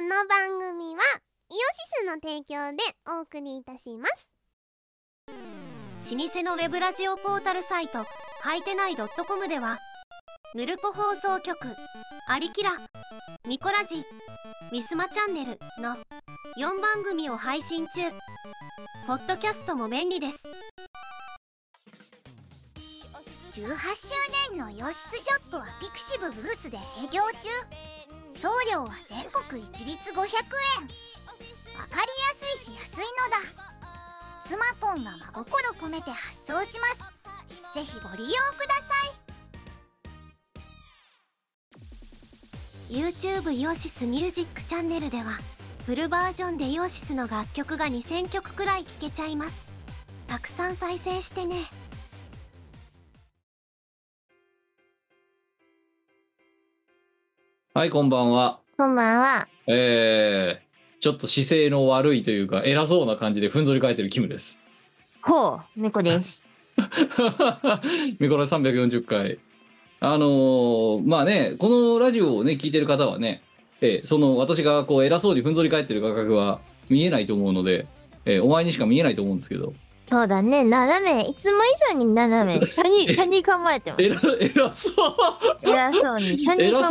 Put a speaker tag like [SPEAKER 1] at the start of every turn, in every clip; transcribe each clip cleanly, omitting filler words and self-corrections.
[SPEAKER 1] の番組はイオシスの提供でお送りいたします。
[SPEAKER 2] 老舗のウェブラジオポータルサイトはいてない .com ではヌルポ放送局、アリキラ、ミコラジ、ミスマチャンネルの4番組を配信中。ポッドキャストも便利です。
[SPEAKER 3] 18周年のイオシスショップはピクシブブースで営業中。送料は全国一律500円。わかりやすいし安いのだ。スマポンが真心込めて発送します。ぜひご利用ください。
[SPEAKER 2] YouTube イオシスミュージックチャンネルではフルバージョンでイオシスの楽曲が2000曲くらい聴けちゃいます。たくさん再生してね。
[SPEAKER 4] はい、こんばんは。
[SPEAKER 1] こんばんは。
[SPEAKER 4] ちょっと姿勢の悪いというか偉そうな感じでふんぞり返ってるキムです。
[SPEAKER 1] ほう、猫です。
[SPEAKER 4] ミコラ340回。まあね、このラジオをね聞いてる方はね、その私がこう偉そうにふんぞり返ってる画角は見えないと思うので、お前にしか見えないと思うんですけど。
[SPEAKER 1] そうだね、斜め、いつも以上に斜め、車に構えてます。
[SPEAKER 4] 偉そう
[SPEAKER 1] 偉そうに、車に構えてます、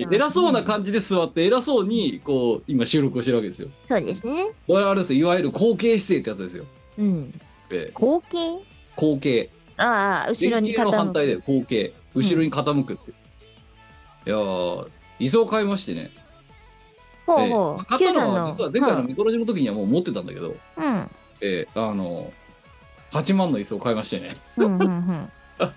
[SPEAKER 4] 偉そうな感じで座って偉そうにこう今収録をしてるわけですよ。
[SPEAKER 1] そうですね。
[SPEAKER 4] 我々ですよ、いわゆる後傾姿勢ってやつですよ。
[SPEAKER 1] うん。後傾？
[SPEAKER 4] 後傾。
[SPEAKER 1] ああ、後ろに傾く。
[SPEAKER 4] 前傾の反対で後傾、後ろに傾くって。いやー、椅子を買いましてね。
[SPEAKER 1] ほうほう。
[SPEAKER 4] 買ったのは実は前回のミコラジの時にはもう持ってたんだけど、
[SPEAKER 1] うん。
[SPEAKER 4] 8万の椅子を買いましてね。
[SPEAKER 1] うんうんうん。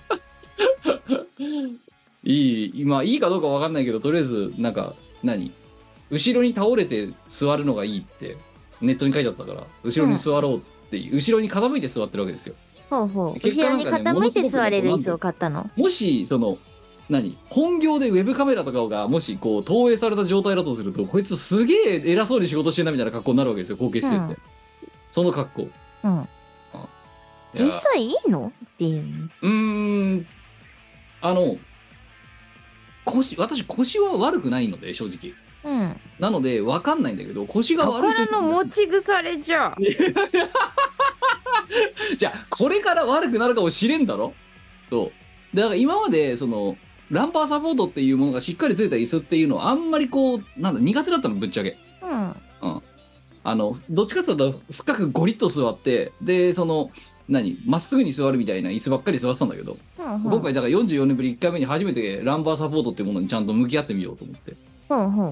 [SPEAKER 4] まあいいかどうかわかんないけど、とりあえずなんか後ろに倒れて座るのがいいってネットに書いてあったから、後ろに座ろうっていう、後ろに傾いて座ってるわけですよ。
[SPEAKER 1] ほうほう。
[SPEAKER 4] 結果なんかね、
[SPEAKER 1] 後ろに傾いて座れる椅子を買ったの。
[SPEAKER 4] もしその本業でウェブカメラとかがもしこう投影された状態だとすると、こいつすげえ偉そうに仕事してんなみたいな格好になるわけですよ、後継姿勢って、その格好。
[SPEAKER 1] 実際いいのっていう。
[SPEAKER 4] 私腰は悪くないので正直。なので分かんないんだけど、腰が悪い
[SPEAKER 1] 宝の持ち腐れじゃ
[SPEAKER 4] じゃあこれから悪くなるかもしれんだろと。だから今までそのランパーサポートっていうものがしっかりついた椅子っていうのはあんまりこう苦手だったの、ぶっちゃけ。どっちかっていうと深くゴリッと座って、でそのまっすぐに座るみたいな椅子ばっかり座ってたんだけど、今回だから44年ぶり1回目に初めてランバーサポートっていうものにちゃんと向き合ってみようと思って、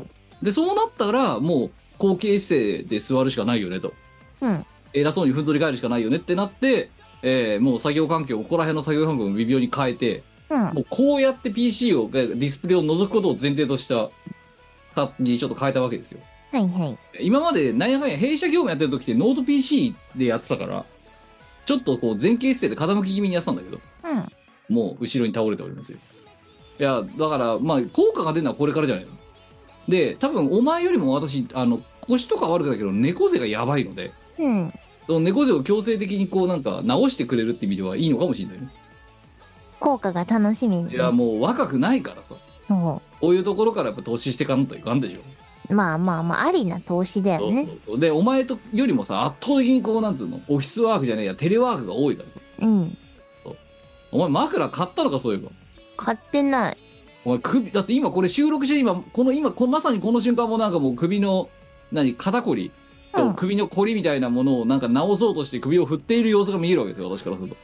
[SPEAKER 4] でそうなったらもう後傾姿勢で座るしかないよねと、偉そうにふんぞり返るしかないよねってなって、もう作業環境、ここら辺の作業環境を微妙に変えて、もうこうやって PC をディスプレイを覗くことを前提とした感じにちょっと変えたわけですよ。今までなんやかんや弊社業務やってる時ってノート PC でやってたから、ちょっとこう前傾姿勢で傾き気味にやってたんだけど、もう後ろに倒れておりますよ。いやだからまあ効果が出るのはこれからじゃないので、多分お前よりも私腰とか悪くないけど猫背がやばいので、その猫背を強制的にこう直してくれるって意味ではいいのかもしれないね。
[SPEAKER 1] 効果が楽しみに、
[SPEAKER 4] いやもう若くないからさ、こういうところからやっぱ投資していかんといかんでしょ。
[SPEAKER 1] まあありな投資だよね。
[SPEAKER 4] そうでお前とよりもさ圧倒的にこうなんつうのオフィスワークじゃねえやテレワークが多いからさ。お前枕買ったのか、そういえば。
[SPEAKER 1] 買ってない。
[SPEAKER 4] お前だって今これ収録して今まさにこの瞬間ももう首の肩こりと首のこりみたいなものを直そうとして首を振っている様子が見えるわけですよ、私からすると。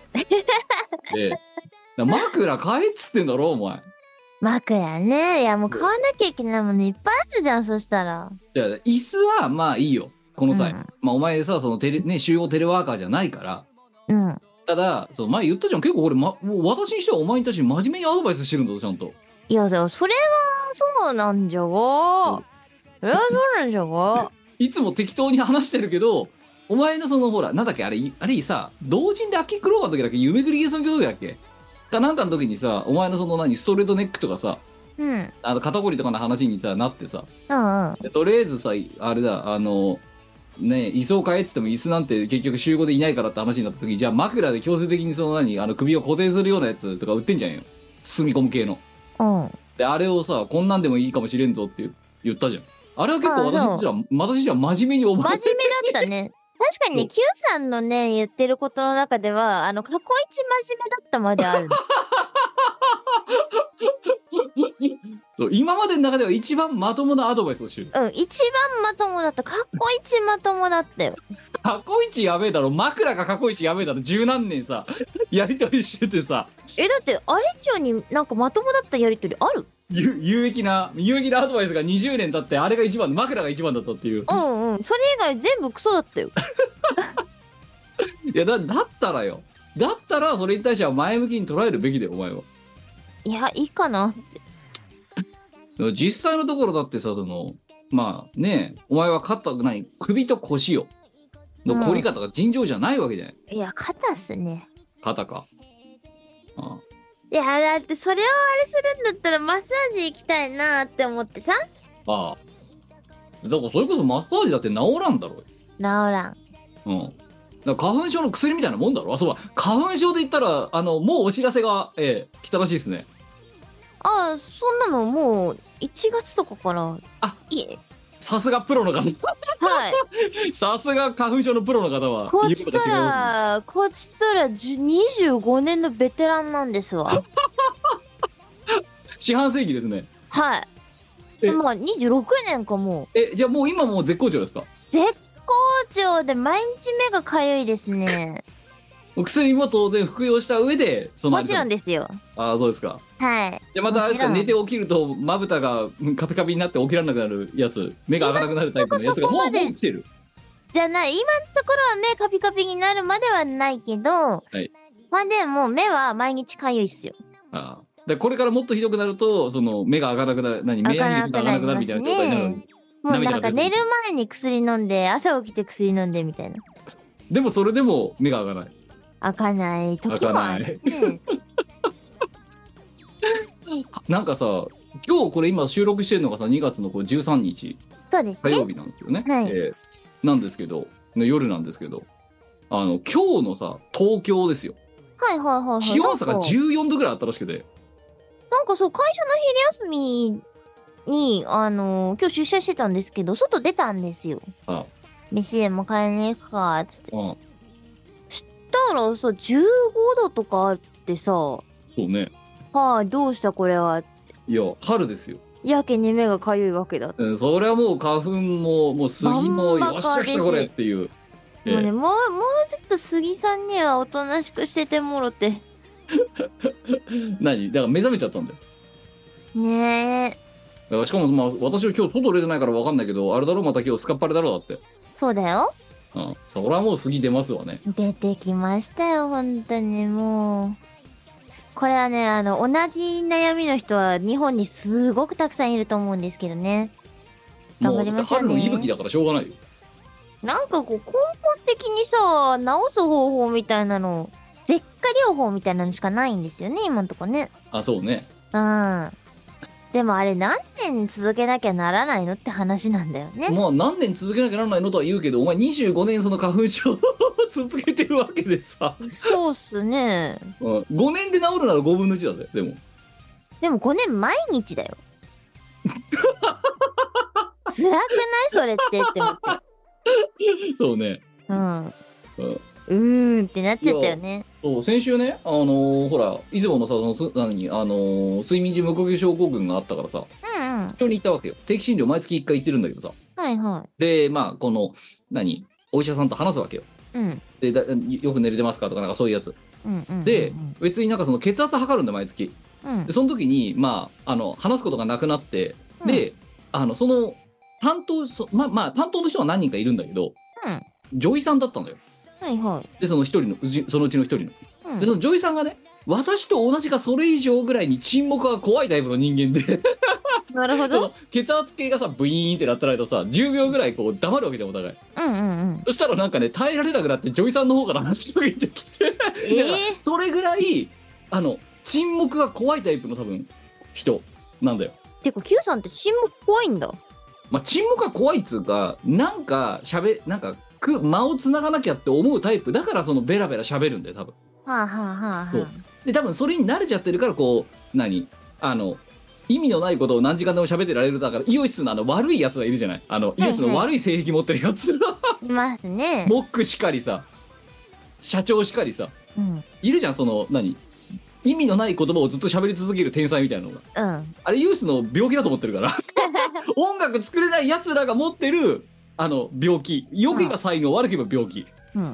[SPEAKER 4] 枕買えっつってんだろお前。
[SPEAKER 1] 枕ね。いやもう買わなきゃいけないものいっぱいあるじゃん、そしたら。
[SPEAKER 4] じゃあ椅子はまあいいよこの際、まあお前さその週用テレワーカーじゃないから、ただ前言ったじゃん、結構これ、もう私にしてはお前に対して真面目にアドバイスしてるんだぞちゃんと。
[SPEAKER 1] いやそれはそうなんじゃが、それはそうなんじゃが
[SPEAKER 4] いつも適当に話してるけど、お前のそのほらなんだっけあれさ、同人で秋クローバーの時だっけ、夢ぐりゲーソンの時だっけかなんかの時にさ、お前のそのストレートネックとかさ、肩こりとかの話にさなってさ、とりあえずさあれだ椅子を買えっつっても椅子なんて結局週5でいないからって話になった時、じゃあ枕で強制的にその首を固定するようなやつとか売ってんじゃんよ、包み込む系の。であれをさこんなんでもいいかもしれんぞって言ったじゃん。 あれは結構私
[SPEAKER 1] あ
[SPEAKER 4] じゃ真面目に覚えて
[SPEAKER 1] 真面目だったね。確かにね、
[SPEAKER 4] そう
[SPEAKER 1] Q さんのね、言ってることの中では、過去一真面目だったまである。
[SPEAKER 4] そう今までの中では一番まともなアドバイスをしてる。
[SPEAKER 1] うん、一番まともだった。過去一まともだったよ。
[SPEAKER 4] 過去一やべえだろ。枕が過去一やべえだろ。十何年さやりとりしててさ、
[SPEAKER 1] だって、あれ以上になんかまともだったやりとりある？
[SPEAKER 4] 有益なアドバイスが20年経って、あれが一番、枕が一番だったっていう。
[SPEAKER 1] うんうん。それ以外全部クソだったよ。
[SPEAKER 4] いやだったらよ。だったらそれに対しては前向きに捉えるべきだよお前は。
[SPEAKER 1] いや、いいかなって。
[SPEAKER 4] 実際のところだってさ、まあね、お前は肩ない首と腰よの凝り方が尋常じゃないわけじゃない。
[SPEAKER 1] いや、肩っすね。
[SPEAKER 4] 肩か。ああ、
[SPEAKER 1] いや、だってそれをあれするんだったらマッサージ行きたいなって思ってさ。
[SPEAKER 4] ああ。だからそれこそマッサージだって治らんだろ。
[SPEAKER 1] 治らん。
[SPEAKER 4] うん。だから花粉症の薬みたいなもんだろ。あ、そうだ。花粉症で言ったら、もうお知らせが、来たらしいですね。
[SPEAKER 1] ああ、そんなのもう1月とかから。
[SPEAKER 4] あ、
[SPEAKER 1] いえ。
[SPEAKER 4] さすがプロの方。
[SPEAKER 1] はい。
[SPEAKER 4] さすが花粉症のプロの方は。
[SPEAKER 1] こっちとら25年のベテランなんですわ。
[SPEAKER 4] 四半世紀ですね。
[SPEAKER 1] はい。まあ26年かもう。
[SPEAKER 4] じゃあもう今もう絶好調ですか？
[SPEAKER 1] 絶好調で毎日目がかゆいですね。
[SPEAKER 4] お薬も当然服用した上で
[SPEAKER 1] もちろんですよ。
[SPEAKER 4] ああ、そうですか。
[SPEAKER 1] はい。
[SPEAKER 4] じゃあまたあれですか、
[SPEAKER 1] もち
[SPEAKER 4] 寝て起きるとまぶたがカピカピになって起きられなくなるやつ、目が開かなくなるタイプのやつがもう起きてる。
[SPEAKER 1] じゃない、今のところは目カピカピになるまではないけど、
[SPEAKER 4] い、
[SPEAKER 1] まあでも目は毎日かゆいっすよ。
[SPEAKER 4] ああ。でこれからもっとひどくなると、目が開かなくなる、目やにが開かなくなるみたいな状態になる。
[SPEAKER 1] もうなんか寝る前に薬飲んで、朝起きて薬飲んでみたいな。
[SPEAKER 4] でもそれでも目が開かない。
[SPEAKER 1] 開かない時もある。
[SPEAKER 4] なんかさ、今日これ今収録してるのがさ、2月の13日
[SPEAKER 1] そうですね。
[SPEAKER 4] 火曜日なんですよね。
[SPEAKER 1] はい
[SPEAKER 4] なんですけど、夜なんですけど、今日のさ、東京ですよ。
[SPEAKER 1] はいはいはいはい。
[SPEAKER 4] 気温差が14度ぐらいあったらしくて。
[SPEAKER 1] なんかそう、会社の昼休みに、今日出社してたんですけど、外出たんですよ。
[SPEAKER 4] あ
[SPEAKER 1] 飯でも買いに行くか、つって。
[SPEAKER 4] あ、
[SPEAKER 1] したらさ、15度とかあってさ、
[SPEAKER 4] そうね。
[SPEAKER 1] はあ、どうしたこれは。
[SPEAKER 4] いや、春ですよ。
[SPEAKER 1] やけに目がかゆいわけだ。
[SPEAKER 4] それはもう花粉も、もう杉も、よっしゃ来たこれっていう。
[SPEAKER 1] もうね、もうちょっと杉さんにはおとなしくしててもろて。
[SPEAKER 4] 何だから目覚めちゃったんだよ。
[SPEAKER 1] ねえ。
[SPEAKER 4] だからしかも、まあ、私は今日外出てないから分かんないけど、あれだろ、また今日スカッパレだろ、だって。
[SPEAKER 1] そうだよ。
[SPEAKER 4] うん。そりゃもう杉出ますわね。
[SPEAKER 1] 出てきましたよ、本当にもう。これはね、同じ悩みの人は日本にすごくたくさんいると思うんですけどね。頑張りましょう
[SPEAKER 4] 春の
[SPEAKER 1] ね。
[SPEAKER 4] 息吹だからしょうがないよ。
[SPEAKER 1] なんかこう、根本的にさ、治す方法みたいなの、舌下療法みたいなのしかないんですよね、今んとこね。
[SPEAKER 4] あ、そうね。
[SPEAKER 1] うん。でもあれ何年続けなきゃならないのって話なんだよね。
[SPEAKER 4] まあ何年続けなきゃならないのとは言うけど、お前25年その花粉症を続けてるわけでさ、
[SPEAKER 1] そうっすね。
[SPEAKER 4] 5年で治るなら5分の1だぜ。でも
[SPEAKER 1] 5年毎日だよ。辛くないそれってって思って。
[SPEAKER 4] そうね。
[SPEAKER 1] ってなっちゃったよね。
[SPEAKER 4] そう先週ね、ほらいつものさ、睡眠時無呼吸症候群があったからさ、人に行ったわけよ。定期診療毎月1回行ってるんだけどさ、
[SPEAKER 1] はいはい。
[SPEAKER 4] でまあこのお医者さんと話すわけよ。でよく寝れてますかとかなんかそういうやつ。で別になんかその血圧測るんだ毎月。でその時にまあ話すことがなくなって、でその担当担当の人は何人かいるんだけど、女医さんだったのよ。
[SPEAKER 1] はいはい。
[SPEAKER 4] でそのうちの一人の。でその女医さんがね、私と同じかそれ以上ぐらいに沈黙が怖いタイプの人間で
[SPEAKER 1] なるほど。
[SPEAKER 4] その血圧計がさブイーンってなったらとさ10秒ぐらいこう黙るわけじゃんお互い。そしたらなんかね耐えられなくなって女医さんの方から話しかけてきてそれぐらい沈黙が怖いタイプの多分人なんだよ。
[SPEAKER 1] てか Q さんって沈黙怖いんだ。
[SPEAKER 4] まあ沈黙が怖いっつうか、なんか間をつながなきゃって思うタイプだから、そのベラベラ喋るんだよ多分。で多分それに慣れちゃってるから、こう意味のないことを何時間でも喋ってられる。だからイオシスの悪いやつがいるじゃない。イオシスの悪い性癖持ってるやつ
[SPEAKER 1] いますね。
[SPEAKER 4] モックしかりさ、社長しかりさ、いるじゃん。意味のない言葉をずっと喋り続ける天才みたいなのが、あれイオシスの病気だと思ってるから音楽作れないやつらが持ってる病気、良ければ才能、悪ければ病気、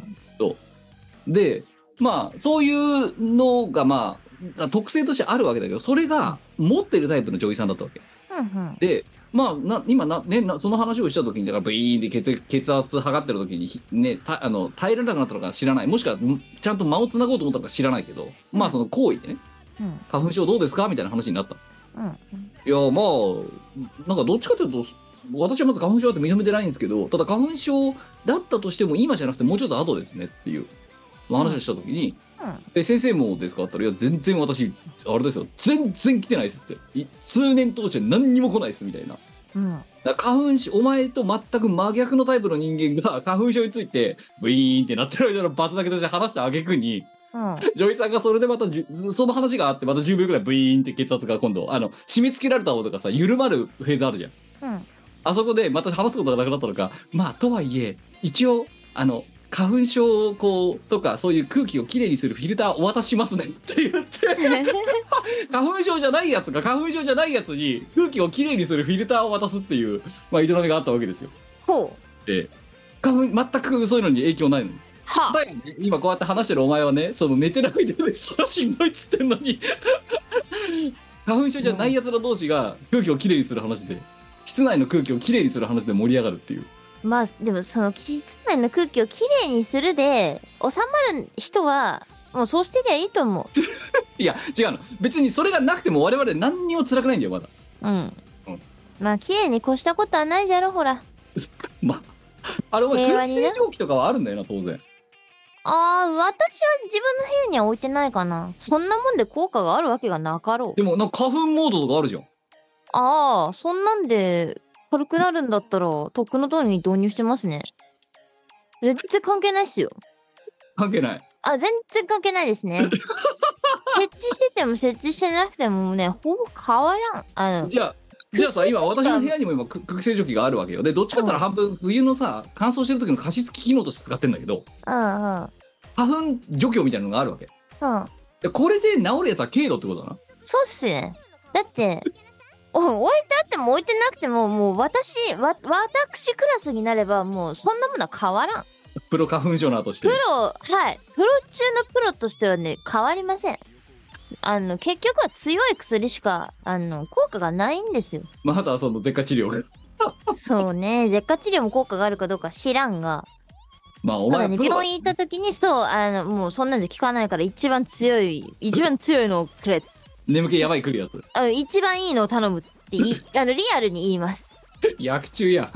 [SPEAKER 4] でまあそういうのがまあ特性としてあるわけだけど、それが持ってるタイプの女医さんだったわけ、でまあ今その話をした時にだからブイーンで血圧測ってる時にね耐えられなくなったのか知らない、もしくはちゃんと間をつなごうと思ったのか知らないけど、まあその行為でね、花粉症どうですかみたいな話になった。いやまあなんかどっちかというと私はまず花粉症だって認めてないんですけど、ただ花粉症だったとしても今じゃなくてもうちょっと後ですねっていう話をした時に、で先生もですかって言ったら、いや全然私あれですよ、全然来てないですって、数年通して何にも来ないですみたいな、だから花粉症、お前と全く真逆のタイプの人間が花粉症についてブイーンってなってる間のバツだけとして話した挙句に、女医さんがそれでまたその話があってまた10秒ぐらいブイーンって血圧が今度締め付けられた方とかさ緩まるフェーズあるじゃん、あそこでまた話すことがなくなったのか、まあとはいえ一応花粉症とかそういう空気をきれいにするフィルターお渡ししますねって言って花粉症じゃないやつが花粉症じゃないやつに空気をきれいにするフィルターを渡すっていう、まあ、営みがあったわけですよ。で花粉全くそういうのに影響ないのに、今こうやって話してるお前はね、その寝てないでそらしんどいっつってんのに花粉症じゃないやつら同士が空気をきれいにする話で、室内の空気をきれいにする話で盛り上がるっていう。
[SPEAKER 1] まあでもその室内の空気をきれいにするで収まる人はもうそうしてりゃいいと思う
[SPEAKER 4] いや違うの、別にそれがなくても我々何にも辛くないんだよまだ。
[SPEAKER 1] まあきれいに越したことはないじゃろほら
[SPEAKER 4] まあお前空気清浄機とかはあるんだよな当然。
[SPEAKER 1] 私は自分の部屋には置いてないかな。そんなもんで効果があるわけがなかろう。
[SPEAKER 4] でもなんか花粉モードとかあるじゃん。
[SPEAKER 1] そんなんで軽くなるんだったらとっくの通りに導入してますね。全然関係ないっすよ。
[SPEAKER 4] 関係ない。
[SPEAKER 1] 全然関係ないですね。設置してても設置してなくてもねほぼ変わらん。じゃ
[SPEAKER 4] あさ今私の部屋にも今空気清浄機があるわけよ。でどっちかって言ったら半分冬のさ乾燥してる時の加湿機能として使ってんだけど、花粉除去みたいなのがあるわけ。でこれで治るやつは軽度ってことだな。
[SPEAKER 1] そうっすね。だって置いてあっても置いてなくてももう私クラスになればもうそんなものは変わらん。
[SPEAKER 4] プロ花粉症なとして
[SPEAKER 1] プロ中のプロとしてはね変わりません。結局は強い薬しか効果がないんですよ。
[SPEAKER 4] まだその舌下治療が
[SPEAKER 1] そうね、舌下治療も効果があるかどうか知らんが、
[SPEAKER 4] まあお前
[SPEAKER 1] ね、病院行った時にもうそんなんじゃ効かないから一番強いのをくれ。
[SPEAKER 4] 眠気やばい来るやつ。
[SPEAKER 1] 一番いいのを頼むってリアルに言います。
[SPEAKER 4] 薬中や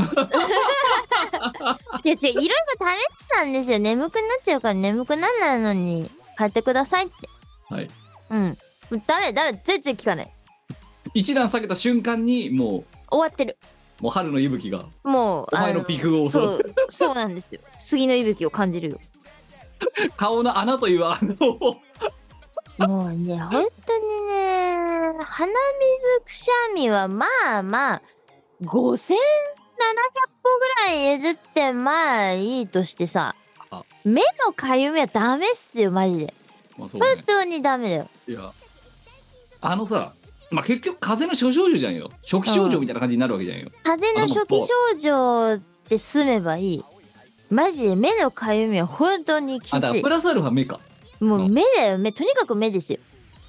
[SPEAKER 1] いや違う、いろいろ試したんですよ。眠くなっちゃうから眠くならないのに帰ってくださいって。ダメ全然効かない。
[SPEAKER 4] 一段下げた瞬間にもう
[SPEAKER 1] 終わってる。
[SPEAKER 4] もう春の息吹が
[SPEAKER 1] もう
[SPEAKER 4] お前の皮膚を襲う。
[SPEAKER 1] そうなんですよ。杉の息吹を感じるよ。
[SPEAKER 4] 顔の穴という穴を
[SPEAKER 1] もうね本当にね鼻水くしゃみはまあ5700歩ぐらい譲ってまあいいとしてさ、目のかゆみはダメっすよマジで。本当にダメだよ。
[SPEAKER 4] いやさ結局風邪の初症状じゃんよ。初期症状みたいな感じになるわけじゃんよ。
[SPEAKER 1] 風邪の初期症状で済めばいい。マジで目のかゆみは本当にきつい。
[SPEAKER 4] だからプラスアルファ目か。
[SPEAKER 1] もう目だよとにかく目ですよ。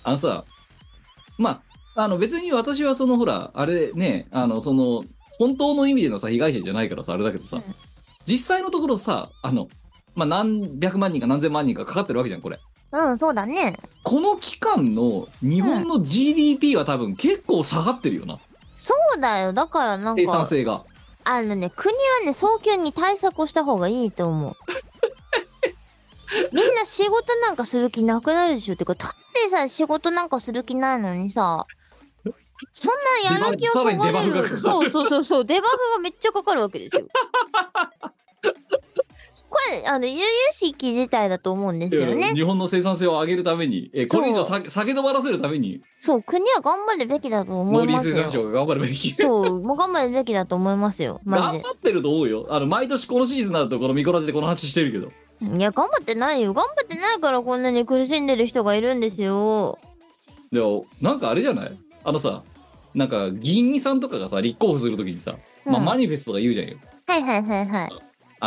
[SPEAKER 4] 別に私はほらあれね本当の意味でのさ被害者じゃないからさあれだけどさ、実際のところさ何百万人か何千万人かかかってるわけじゃんこれ。
[SPEAKER 1] そうだね。
[SPEAKER 4] この期間の日本の GDP は多分結構下がってるよな。
[SPEAKER 1] そうだよ。だからなんか
[SPEAKER 4] 生産性が
[SPEAKER 1] 国はね早急に対策をした方がいいと思う。みんな仕事なんかする気なくなるでしょ。ってかだってさ仕事なんかする気ないのにさそんなやる気をそがれる。そうデバフがめっちゃかかるわけですよ。これ由々しき事態だと思うんですよね。
[SPEAKER 4] 日本の生産性を上げるために、これ以上下げ止まらせるために、
[SPEAKER 1] そう、国は頑張るべきだと思
[SPEAKER 4] 農
[SPEAKER 1] いますよ。
[SPEAKER 4] 林水産省が頑張るべき。
[SPEAKER 1] そう、もう頑張るべきだと思いますよ。マジ
[SPEAKER 4] 頑張ってると思うよ。毎年このシーズンになるとこのミコラジでこの話してるけど。
[SPEAKER 1] で。いや、頑張ってないよ。頑張ってないからこんなに苦しんでる人がいるんですよ。
[SPEAKER 4] でもなんかあれじゃない？さ、なんか議員さんとかがさ立候補するときにさ、マニフェストとか言うじゃんよ。
[SPEAKER 1] はいはいはいはい。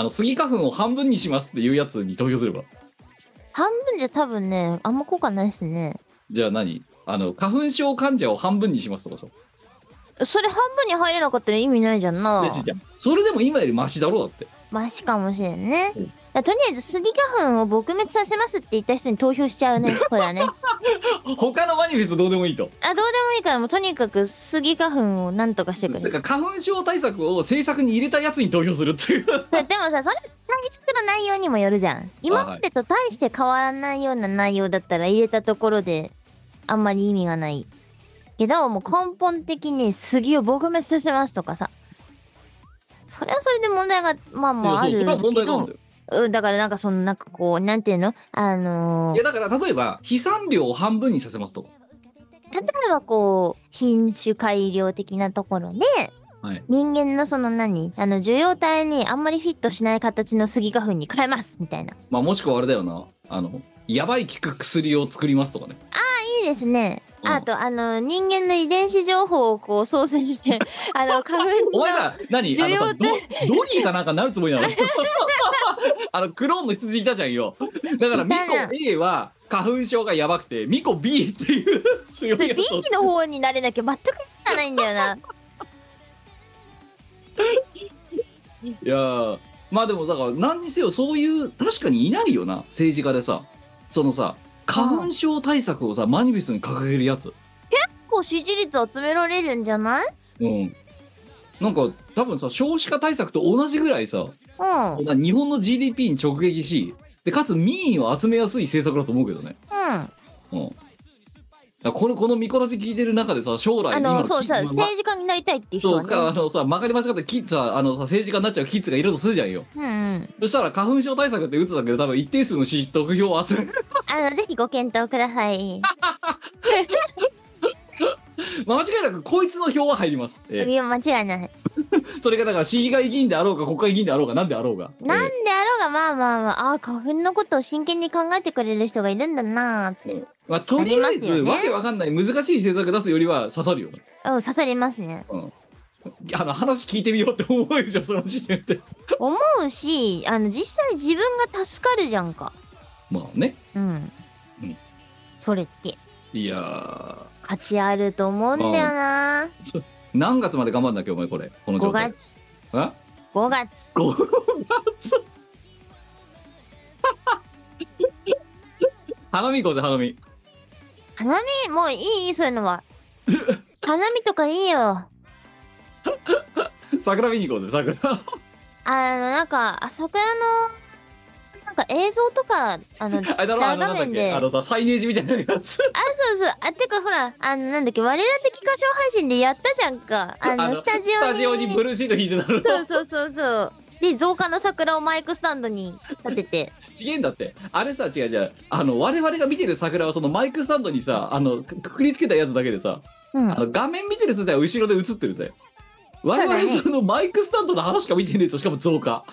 [SPEAKER 4] スギ花粉を半分にしますっていうやつに投票すれば。
[SPEAKER 1] 半分じゃ多分ね、あんま効果ないっすね。
[SPEAKER 4] じゃあ何？花粉症患者を半分にしますとかさ。
[SPEAKER 1] それ半分に入れなかったら意味ないじゃんな。
[SPEAKER 4] それでも今よりマシだろだって。
[SPEAKER 1] マシかもしれんね。とりあえずスギ花粉を撲滅させますって言った人に投票しちゃうね。ほらね。
[SPEAKER 4] 他のマニフェストどうでもいいと。
[SPEAKER 1] どうでもいいからもうとにかくスギ花粉をなんとかしてくれ。
[SPEAKER 4] だから花粉症対策を政策に入れたやつに投票するっていう。
[SPEAKER 1] でもさ、それ対策の内容にもよるじゃん。今までと大して変わらないような内容だったら入れたところであんまり意味がない。けどもう根本的にスギを撲滅させますとかさ。それはそれで問題がまああるけど。問題があるんだよ。だからなんかなんかこうなんていうのい
[SPEAKER 4] やだから例えば飛散量を半分にさせますと。
[SPEAKER 1] 例えばこう品種改良的なところで、はい、人間の受容体にあんまりフィットしない形のスギ花粉に変えますみたいな。
[SPEAKER 4] もしくはあれだよな、やばい効く薬を作りますとかね。
[SPEAKER 1] いいですね。あと人間の遺伝子情報をこう操作して花粉の
[SPEAKER 4] お前さドニーかなんかなるつもりなの？クローンの羊いたじゃんよ。だからミコ A は花粉症がやばくてミコ B っていう強いやつを
[SPEAKER 1] B の方になれなきゃ全く意味がないんだよな。
[SPEAKER 4] いやまあでもだから何にせよそういう確かにいないよな政治家でさ花粉症対策をさマニフェストに掲げるやつ。
[SPEAKER 1] 結構支持率集められるんじゃない？
[SPEAKER 4] なんか多分さ少子化対策と同じぐらいさ、日本の GDP に直撃しでかつ民意を集めやすい政策だと思うけどね。このミコラジ聞いてる中でさ将来
[SPEAKER 1] そうさ政治家になりたいっていう人はね、
[SPEAKER 4] さ曲がり間違ってキッズ政治家になっちゃうキッズがいるとするじゃんよ。そしたら花粉症対策って打つだけで多分一定数の得票を集める。
[SPEAKER 1] ぜひご検討ください。
[SPEAKER 4] 間違いなくこいつの票は入ります。
[SPEAKER 1] いや間違いない。
[SPEAKER 4] それがだから市議会議員であろうが国会議員であろうが何であろうが、
[SPEAKER 1] なんであろうがまあ花粉のことを真剣に考えてくれる人がいるんだなーって。
[SPEAKER 4] とりあえず、わけわかんない難しい政策出すよりは刺さるよね。
[SPEAKER 1] 刺さりますね。
[SPEAKER 4] 話聞いてみようって思うじゃんその時点で。
[SPEAKER 1] 思うし実際自分が助かるじゃんか。
[SPEAKER 4] まあね。
[SPEAKER 1] それって
[SPEAKER 4] いや
[SPEAKER 1] 価値あると思うんだよな。
[SPEAKER 4] 何月まで頑張るんだっけお前この状態。5月。
[SPEAKER 1] 5月。
[SPEAKER 4] 花見行こうぜ花見。
[SPEAKER 1] 花見もういいそういうのは。花見とかいいよ。
[SPEAKER 4] 桜見に行こうぜ桜。
[SPEAKER 1] なんか桜のなんか映像とか
[SPEAKER 4] 画面でサイネージみたいなやつ。
[SPEAKER 1] そうてかほらなんだっけ我ら的歌唱配信でやったじゃんか。スタジオに
[SPEAKER 4] ブルーシート引いてなる。
[SPEAKER 1] そうで増加の桜をマイクスタンドに立てて
[SPEAKER 4] 違えんだってあれさ違う我々が見てる桜はそのマイクスタンドにさくくりつけたやつだけでさ、画面見てる人は後ろで映ってるぜ。我々そのマイクスタンドの花しか見てねえとしかも増加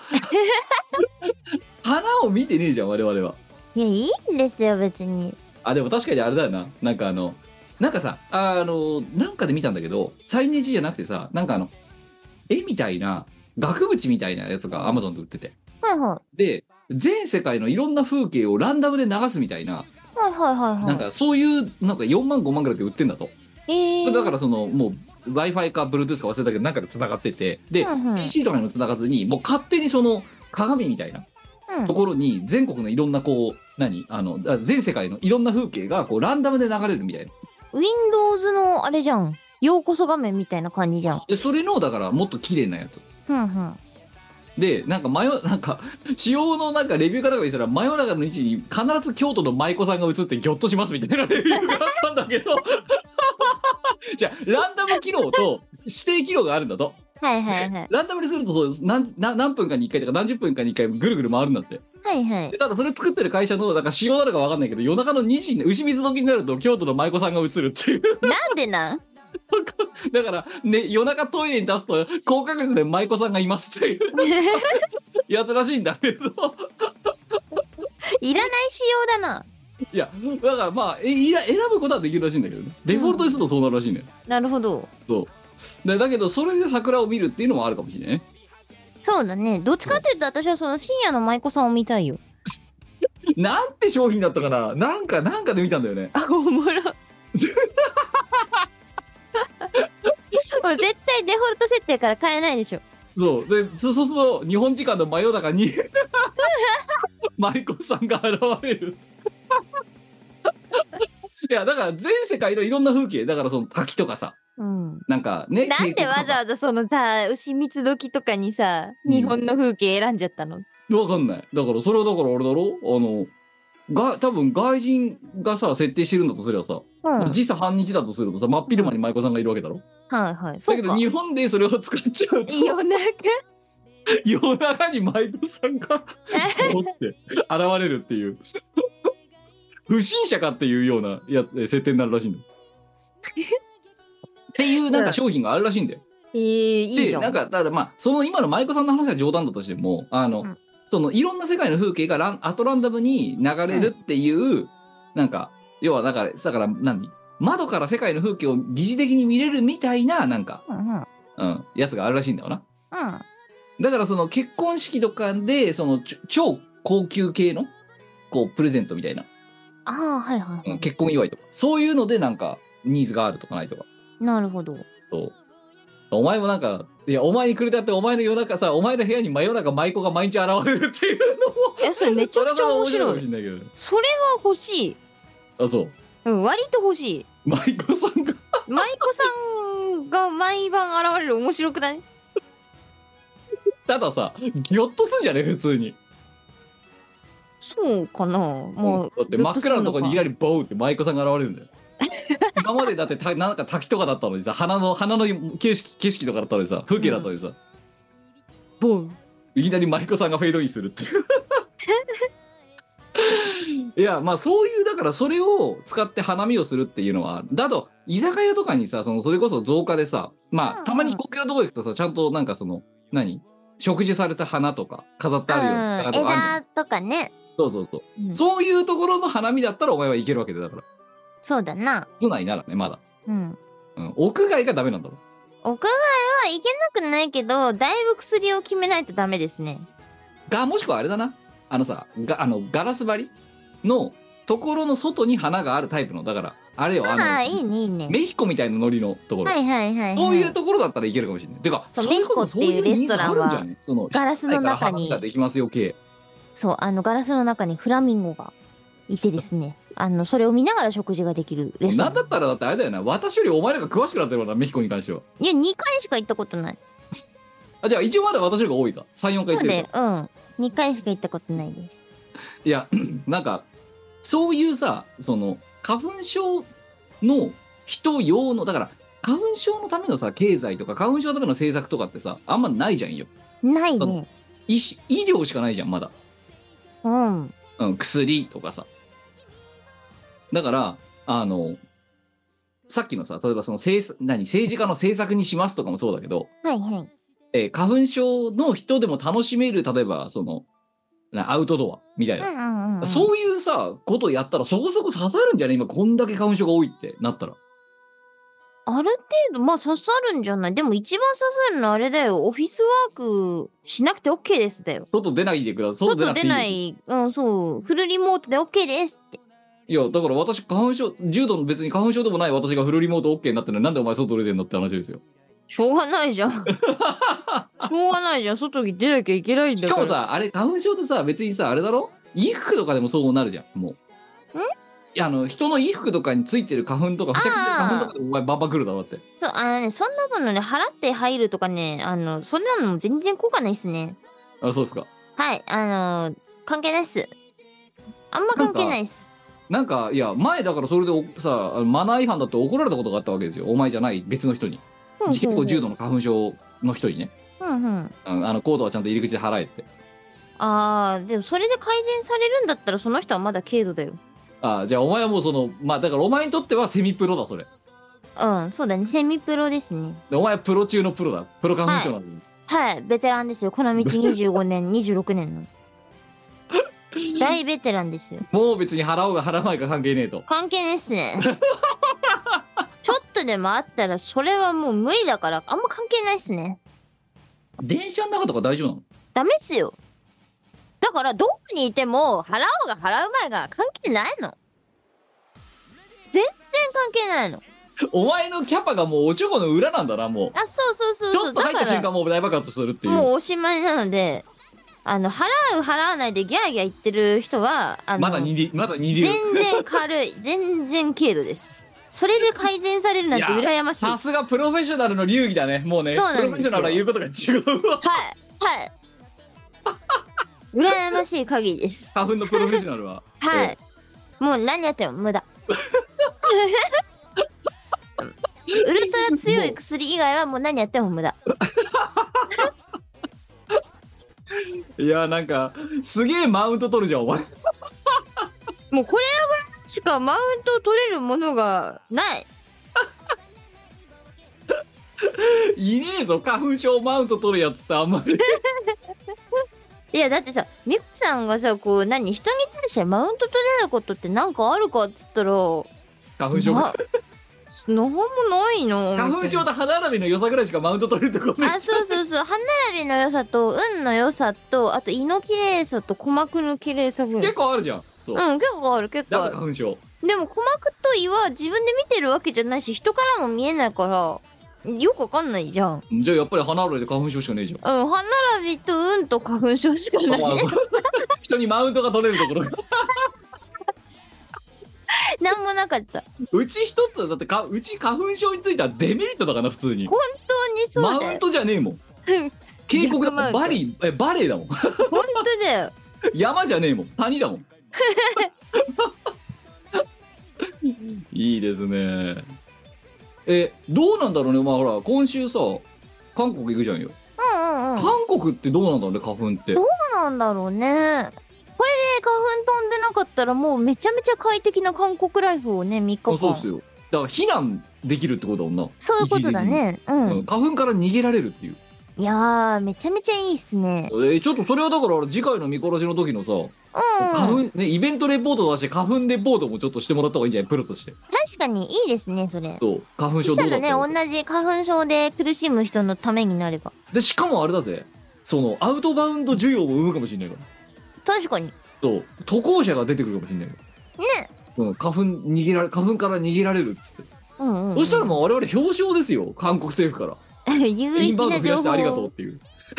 [SPEAKER 4] 花を見てねえじゃん我々は。
[SPEAKER 1] いやいいんですよ別に。
[SPEAKER 4] でも確かにあれだよななんかさなんかで見たんだけどサイネージじゃなくてさなんか絵みたいな額縁みたいなやつが Amazon で売ってて、で全世界のいろんな風景をランダムで流すみたいな、なんかそういうなんか4万5万ぐらいで売ってんだと。それだからもう Wi-Fi か Bluetooth か忘れたけどなんかで繋がっててで、PC とかにも繋がずにもう勝手に鏡みたいなところに全国のいろんな全世界のいろんな風景がランダムで流れるみたいな。
[SPEAKER 1] Windows のあれじゃん。ようこそ画面みたいな感じじゃん。
[SPEAKER 4] でそれのだからもっと綺麗なやつ。でなんか仕様のなんかレビューかなんかにしたら真夜中の位置に必ず京都の舞妓さんが映ってギョッとしますみたいなレビューがあったんだけどじゃあランダム機能と指定機能があるんだと。
[SPEAKER 1] はいはいはい。
[SPEAKER 4] ランダムにするとそう何分かに1回とか何十分かに1回ぐるぐる回るんだって。
[SPEAKER 1] はいはい
[SPEAKER 4] で。ただそれ作ってる会社のなんか仕様なのか分かんないけど、夜中の2時に牛水時になると京都の舞妓さんが映るっていう。
[SPEAKER 1] なんでなん
[SPEAKER 4] だからね、夜中トイレに出すと高確率で舞妓さんがいますっていうやつらしいんだけど。
[SPEAKER 1] いらない仕様だな。
[SPEAKER 4] いやだからまあ選ぶことはできるらしいんだけどね。デフォルトにするとそうなるらしいね。
[SPEAKER 1] なるほど。
[SPEAKER 4] そうだけどそれで桜を見るっていうのもあるかもしれないね。
[SPEAKER 1] そうだね。どっちかというと私はその深夜の舞妓さんを見たいよ。
[SPEAKER 4] なんて商品だったかな、なんかで見たんだよね。
[SPEAKER 1] あ、おもろ。もう絶対デフォルト設定から変えないでしょ。
[SPEAKER 4] そうでそうすると日本時間の真夜中に舞妓さんが現れる。いやだから全世界のいろんな風景だから、その滝とかさ、
[SPEAKER 1] うん。
[SPEAKER 4] なんかね、
[SPEAKER 1] なんでわざわざそのさ、牛蜜時とかにさ、日本の風景選んじゃったの？
[SPEAKER 4] わかんない。だからそれはだからあれだろ、多分外人がさ設定してるんだとすればさ、
[SPEAKER 1] うん。
[SPEAKER 4] 時差半日だとするとさ、真っ昼間に舞妓さんがいるわけだろ。
[SPEAKER 1] はいはい。そうか。
[SPEAKER 4] だけど日本でそれを使っちゃうと
[SPEAKER 1] 夜中
[SPEAKER 4] 夜中に舞妓さんがおって現れるっていう不審者かっていうような設定になるらしいんだよ。っていうなんか商品があるらしいんだよ。
[SPEAKER 1] いいじゃん。
[SPEAKER 4] でなんかただまあその今の舞妓さんの話は冗談だとしても、
[SPEAKER 1] ん
[SPEAKER 4] そのいろんな世界の風景がアトランダムに流れるっていう、なんか要はだから窓から世界の風景を疑似的に見れるみたいななんか、やつがあるらしいんだよな。だからその結婚式とかでその超高級系のこうプレゼントみたいな、
[SPEAKER 1] はいはいはい。
[SPEAKER 4] 結婚祝いとかそういうのでなんかニーズがあるとかないとか。
[SPEAKER 1] なるほど。
[SPEAKER 4] そうお前もなんかいやお前にくれたってお前の夜中さ、お前の部屋に真夜中舞妓が毎日現れるっていうのも
[SPEAKER 1] それめちゃくちゃ面白い。
[SPEAKER 4] それは面白いかもしれないけどね。
[SPEAKER 1] それは欲しい。
[SPEAKER 4] あ、そう
[SPEAKER 1] 割と欲しい。
[SPEAKER 4] 舞妓さんが
[SPEAKER 1] 舞妓さんが毎晩現れる面白くない？
[SPEAKER 4] たださギョッとすんじゃね普通に。
[SPEAKER 1] そうかな。もう
[SPEAKER 4] だって真っ暗なとこにいきなりボーって舞妓さんが現れるんだよ。今までだってなんか滝とかだったのにさ、花の景色とかだったのにさ、風景だったのにさ、
[SPEAKER 1] ボン
[SPEAKER 4] いきなり舞妓さんがフェードインするっていういやまあそういうだからそれを使って花見をするっていうのはだと居酒屋とかにさ、それこそ造花でさ、まあたまに高級なとこ行くとさ、ちゃんとなんか植樹された花とか飾ってあるような花とかあるじゃん。
[SPEAKER 1] 枝とかね。
[SPEAKER 4] そう、そういうところの花見だったらお前はいけるわけで、だから
[SPEAKER 1] そうだな。
[SPEAKER 4] 室内ならねまだ、
[SPEAKER 1] うん
[SPEAKER 4] 屋外がダメなんだろ。
[SPEAKER 1] 屋外はいけなくないけど、だいぶ薬を決めないとダメですね。
[SPEAKER 4] もしくはあれだな、ガラス張りのところの外に花があるタイプの、だからあれよ、
[SPEAKER 1] いいねいいね。
[SPEAKER 4] メヒコみたいなノリのところ、
[SPEAKER 1] はいはいはい、
[SPEAKER 4] そういうところだったらいけるかもしれない。てか
[SPEAKER 1] メヒコっていうレストランはガラスの中に
[SPEAKER 4] 室内から花見ができますよ系。
[SPEAKER 1] そう、ガラスの中にフラミンゴがいてですね、それを見ながら食事ができるレストラン。
[SPEAKER 4] なんだったらだってあれだよな、私よりお前らが詳しくなってるわな、メヒコに関しては。
[SPEAKER 1] いや、2回しか行ったことない。
[SPEAKER 4] じゃあ一応まだ私よりが多いか、3、4回行ってるか。
[SPEAKER 1] 2回しか行ったことないです。
[SPEAKER 4] いやなんかそういうさ、花粉症の人用のだから花粉症のためのさ経済とか花粉症のための政策とかってさあんまないじゃんよ。
[SPEAKER 1] ないね。
[SPEAKER 4] 医療しかないじゃんまだ。薬とかさ。だからさっきのさ、例えば政治家の政策にしますとかもそうだけど、
[SPEAKER 1] はいはい。
[SPEAKER 4] 花粉症の人でも楽しめる、例えばアウトドアみたいな、そういうさことをやったらそこそこ刺さるんじゃね、今こんだけ花粉症が多いってなったら。
[SPEAKER 1] ある程度まあ刺さるんじゃない。でも一番刺さるのはあれだよ、オフィスワークしなくて OK ですだよ。
[SPEAKER 4] 外出ないでください。
[SPEAKER 1] 外出ない、そう、フルリモートで OK ですって。
[SPEAKER 4] いやだから私花粉症、重度の別に花粉症でもない私がフルリモート OK になってるのになんでお前外出てんのって話ですよ。
[SPEAKER 1] しょうがないじゃん。しょうがないじゃん。外に出なきゃいけないんだから。
[SPEAKER 4] しかもさ、あれ花粉症ってさ、別にさあれだろ、衣服とかでもそうなるじゃん。もういや人の衣服とかについてる花粉とか付着してる花粉とかでお前バンバン来るだろって。
[SPEAKER 1] そう、そんなものね、払って入るとかね、そんなのも全然効果ないっすね。
[SPEAKER 4] あ、そうですか。
[SPEAKER 1] はい、関係ないっす。あんま関係ないっす。
[SPEAKER 4] なんかいや前だからそれでさマナー違反だって怒られたことがあったわけですよ。お前じゃない別の人に。結構重度の花粉症の人にね、
[SPEAKER 1] うんうん。
[SPEAKER 4] コードはちゃんと入り口で払えって。
[SPEAKER 1] あー、でもそれで改善されるんだったらその人はまだ軽度だよ。
[SPEAKER 4] じゃあお前はもうその、まあだからお前にとってはセミプロだ、それ。
[SPEAKER 1] うん、そうだね。セミプロですね。
[SPEAKER 4] でお前はプロ中のプロだ。プロ花粉症なのに。
[SPEAKER 1] はい、ベテランですよ。この道25年、26年の。大ベテランですよ。
[SPEAKER 4] もう別に払おうが払わないか関係ねえと。
[SPEAKER 1] 関係ないっすね。ちょっとでもあったら、それはもう無理だから、あんま関係ないっすね。
[SPEAKER 4] 電車の中とか大丈夫なの？
[SPEAKER 1] ダメっすよ。だから、どこにいても、払おうが払う前が関係ないの。全然関係ないの。
[SPEAKER 4] お前のキャパがもうおちょこの裏なんだな、もう。
[SPEAKER 1] あ、そうそうそう
[SPEAKER 4] ち
[SPEAKER 1] そう。
[SPEAKER 4] ょっと入った瞬間もう大爆発するっていう。
[SPEAKER 1] もうおしまいなので、払う払わないでギャーギャー言ってる人は、
[SPEAKER 4] まだ2流。
[SPEAKER 1] 全然軽い、全然軽度です。それで改善されるなんて羨ましい。
[SPEAKER 4] さすがプロフェッショナルの流儀だね。もうね、
[SPEAKER 1] そうなんですよ。
[SPEAKER 4] プロフェッショナルは言うことが違うわ。
[SPEAKER 1] はい羨ましい限りです。
[SPEAKER 4] 花粉のプロフェッショナルは。
[SPEAKER 1] はい。もう何やっても無駄。ウルトラ強い薬以外はもう何やっても無駄。
[SPEAKER 4] いやなんかすげえマウント取るじゃんお前。
[SPEAKER 1] もうこれぐらいしかマウントを取れるものがない。
[SPEAKER 4] いねえぞ花粉症マウント取るやつってあんまり。
[SPEAKER 1] いやだってさ、ミクさんがさ、こう人に対してマウント取れることってなんかあるかっつったら、
[SPEAKER 4] 花粉症が
[SPEAKER 1] なんもないの。
[SPEAKER 4] 花粉症と歯並びの良さぐらいしかマウント取れるとこね。
[SPEAKER 1] あ、そうそうそう。歯並びの良さと運の良さと、あと胃の綺麗さと鼓膜の綺麗さぐらい。
[SPEAKER 4] 結構あるじゃん。そう
[SPEAKER 1] うん、結構ある、結構ある。
[SPEAKER 4] 花粉症。
[SPEAKER 1] でも鼓膜と胃は自分で見てるわけじゃないし、人からも見えないから、よくわかんないじゃん。
[SPEAKER 4] じゃあやっぱり歯並びで花粉症しかねえじゃん。
[SPEAKER 1] うん、歯並びと運と花粉症しかない。
[SPEAKER 4] 人にマウントが取れるところが。
[SPEAKER 1] なんもなかった。
[SPEAKER 4] うち一つだってうち花粉症についてはデメリットだからな普通に。
[SPEAKER 1] 本当にそうだよ。
[SPEAKER 4] マウントじゃねえもん。渓谷だもん。バレーだもん。
[SPEAKER 1] 本当だよ。
[SPEAKER 4] 山じゃねえもん。谷だもん。いいですね。どうなんだろうね。まあほら今週さ韓国行くじゃんよ。
[SPEAKER 1] うんうんうん。
[SPEAKER 4] 韓国ってどうなんだろうね花粉って。
[SPEAKER 1] どうなんだろうね。これで花粉飛んでなかったらもうめちゃめちゃ快適な韓国ライフをね3日間。
[SPEAKER 4] そうですよ。だから避難できるってことだもんな。
[SPEAKER 1] そういうことだね。うん。
[SPEAKER 4] 花粉から逃げられるっていう。
[SPEAKER 1] いやーめちゃめちゃいいっすね。
[SPEAKER 4] ちょっとそれはだから次回の見殺しの時のさ、花粉ねイベントレポート出して花粉レポートもちょっとしてもらった方がいいんじゃないプロとして。
[SPEAKER 1] 確かにいいですねそれ。
[SPEAKER 4] そう花粉症どうだったの？
[SPEAKER 1] そしたらね同じ花粉症で苦しむ人のためになれば。
[SPEAKER 4] でしかもあれだぜ。そのアウトバウンド需要を生むかもしれないから。
[SPEAKER 1] 確かに。
[SPEAKER 4] そう渡航者が出てくるかもしれないよ。
[SPEAKER 1] ね。
[SPEAKER 4] 花粉から逃げられるっつって。
[SPEAKER 1] うんうん。
[SPEAKER 4] そしたらもう我々表彰ですよ韓国政府から。
[SPEAKER 1] 有益
[SPEAKER 4] インバウンド
[SPEAKER 1] な情報。
[SPEAKER 4] 増やしてありがとうっていう。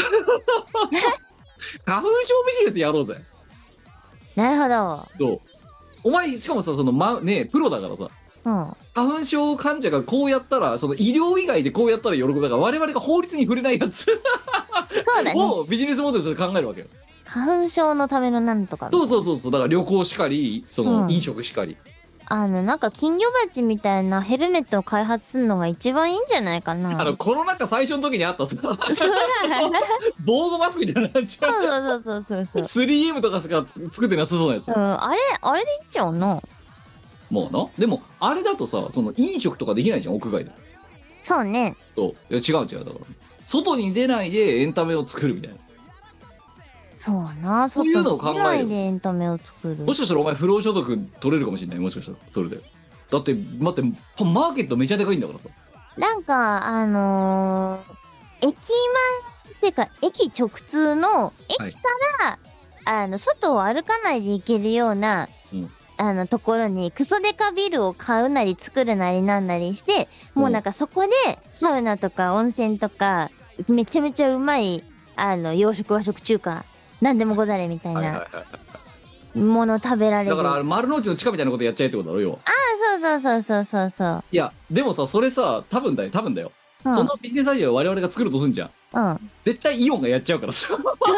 [SPEAKER 4] 花粉症ビジネスやろうぜ。
[SPEAKER 1] なるほど。
[SPEAKER 4] そうお前しかもさねプロだからさ。
[SPEAKER 1] うん。
[SPEAKER 4] 花粉症患者がこうやったらその医療以外でこうやったら喜ぶだから我々が法律に触れないやつ
[SPEAKER 1] そうだね。
[SPEAKER 4] をビジネスモデルとして考えるわけよ。
[SPEAKER 1] 花粉症のためのなんとか。
[SPEAKER 4] そうだから旅行しかり飲食しかり。
[SPEAKER 1] なんか金魚鉢みたいなヘルメットを開発するのが一番いいんじゃないかな。
[SPEAKER 4] コロナ禍最初の時にあったさ
[SPEAKER 1] そう
[SPEAKER 4] 防護マスクみたいなの
[SPEAKER 1] そう。
[SPEAKER 4] 3M とかしか作ってなさそうなやつ。
[SPEAKER 1] あれでいいんちゃうの。
[SPEAKER 4] もうなでもあれだとさその飲食とかできないじゃん屋外で。
[SPEAKER 1] そうね。
[SPEAKER 4] いや違うだから外に出ないでエンタメを作るみたいな。
[SPEAKER 1] そうな。
[SPEAKER 4] そういうのを考える。
[SPEAKER 1] 外でエンタメを作る。
[SPEAKER 4] もしかしたらお前不労所得取れるかもしれない。もしかしたらそれで。だって待ってマーケットめちゃでかいんだからさ。
[SPEAKER 1] なんか駅前っていうか駅直通の駅から、はい、外を歩かないで行けるような、ところにクソデカビルを買うなり作るなりなんなりして、もうなんかそこでサウナとか温泉とかめちゃめちゃうまい洋食和食中華なんでもござれみたいなもの食べられる。
[SPEAKER 4] だから丸の内の地下みたいなことやっちゃえってことだろ要は。
[SPEAKER 1] そう。
[SPEAKER 4] いやでもさそれさ多分だよ、そのビジネスアイデアを我々が作るとすんじゃん。絶対イオンがやっちゃうからさ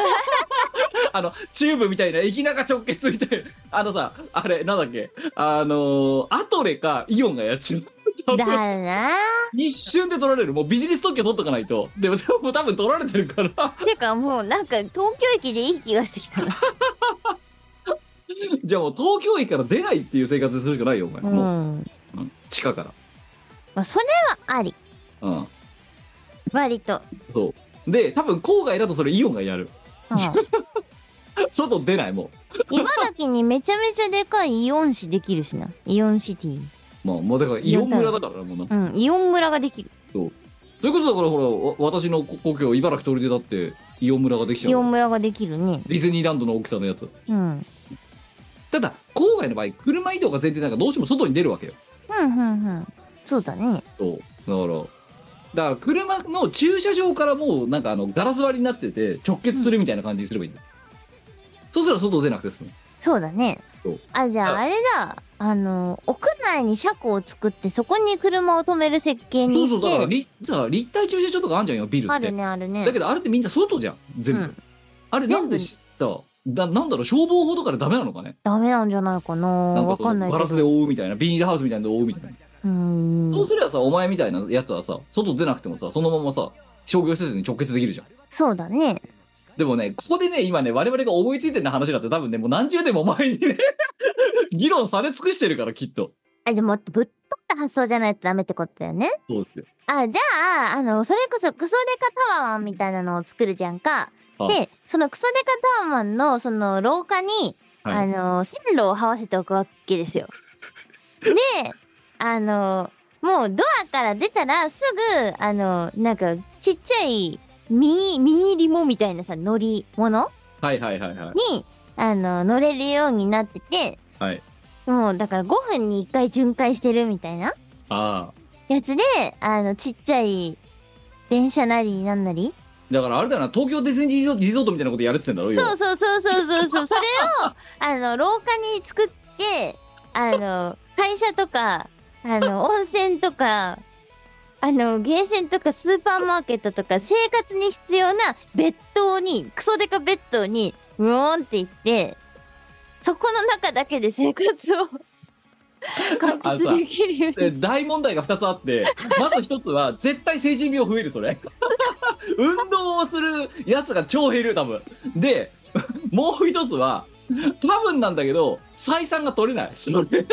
[SPEAKER 4] チューブみたいな駅中直結みたいなあれなんだっけアトレかイオンがやっちゃう。
[SPEAKER 1] だな。
[SPEAKER 4] 一瞬で取られる。もうビジネス特許取っとかないと。でも多分取られてるから。
[SPEAKER 1] てかもうなんか東京駅でいい気がしてきたな。
[SPEAKER 4] じゃあもう東京駅から出ないっていう生活するしかないよお前。もう、
[SPEAKER 1] うん。
[SPEAKER 4] 地下から。
[SPEAKER 1] まあそれはあり。
[SPEAKER 4] うん。
[SPEAKER 1] 割と。
[SPEAKER 4] そうで多分郊外だとそれイオンがやる。
[SPEAKER 1] うん
[SPEAKER 4] 外出ないも
[SPEAKER 1] 茨城にめちゃめちゃでかいイオン市できるしな。イオンシティ。
[SPEAKER 4] う。もうだからイオン村だからなもうな。
[SPEAKER 1] うん、イオン村ができる。
[SPEAKER 4] そういうことだからほら私の故郷茨城取り出だってイオン村ができちゃう。
[SPEAKER 1] イオン村ができるね。
[SPEAKER 4] ディズニーランドの大きさのやつ。
[SPEAKER 1] うん。
[SPEAKER 4] ただ郊外の場合車移動が前提なんかどうしても外に出るわけよ。
[SPEAKER 1] うん。そうだね。
[SPEAKER 4] そうだから車の駐車場からもうなんかガラス張りになってて直結するみたいな感じにすればいいんだよ。そうすら外出なくて済む。
[SPEAKER 1] そうだね。
[SPEAKER 4] そう
[SPEAKER 1] あ、じゃああれだ。屋内に車庫を作ってそこに車を止める設計に
[SPEAKER 4] そうだから
[SPEAKER 1] して。
[SPEAKER 4] 立体駐車場とかあんじゃんよビルって。
[SPEAKER 1] あるね、あるね。
[SPEAKER 4] だけどあれってみんな外じゃん全部。
[SPEAKER 1] うん
[SPEAKER 4] あれなんでさなんだろう消防法とかでダメなのかね。
[SPEAKER 1] ダメなんじゃないかな。わかんないけど。
[SPEAKER 4] ガラスで覆うみたいなビニールハウスみたいなので覆うみたいな。そうすればさお前みたいなやつはさ外出なくてもさそのままさ商業施設に直結できるじゃん。
[SPEAKER 1] そうだね。
[SPEAKER 4] でもねここでね今ね我々が思いついてる話だって多分ねもう何十年も前にね議論され尽くしてるからきっと。
[SPEAKER 1] あ、じゃあもっとぶっ飛んだ発想じゃないとダメってことだよね。
[SPEAKER 4] そうですよ。
[SPEAKER 1] あ、じゃあ、それこそクソデカタワマンみたいなのを作るじゃんか。
[SPEAKER 4] あ
[SPEAKER 1] で、そのクソデカタワマンのその廊下に、
[SPEAKER 4] はい
[SPEAKER 1] 線路を這わせておくわけですよ。で、もうドアから出たらすぐ、なんかちっちゃいミニリモみたいなさ、乗り物
[SPEAKER 4] はい
[SPEAKER 1] に、乗れるようになってて、
[SPEAKER 4] はい
[SPEAKER 1] もうだから5分に1回巡回してるみたいな
[SPEAKER 4] ああ
[SPEAKER 1] やつで、ちっちゃい電車なりなんなり。
[SPEAKER 4] だからあれだよな東京ディズニーリゾートみたいなことやるって言ってんだろ。
[SPEAKER 1] そう。それを、廊下に作って、会社とか、温泉とか、ゲーセンとかスーパーマーケットとか生活に必要な別棟に、クソデカ別棟に、うーんって行って、そこの中だけで生活を完結できるように。
[SPEAKER 4] 大問題が2つあってまず1つは絶対成人病増えるそれ運動をするやつが超減る多分でもう1つは多分なんだけど採算が取れないそれ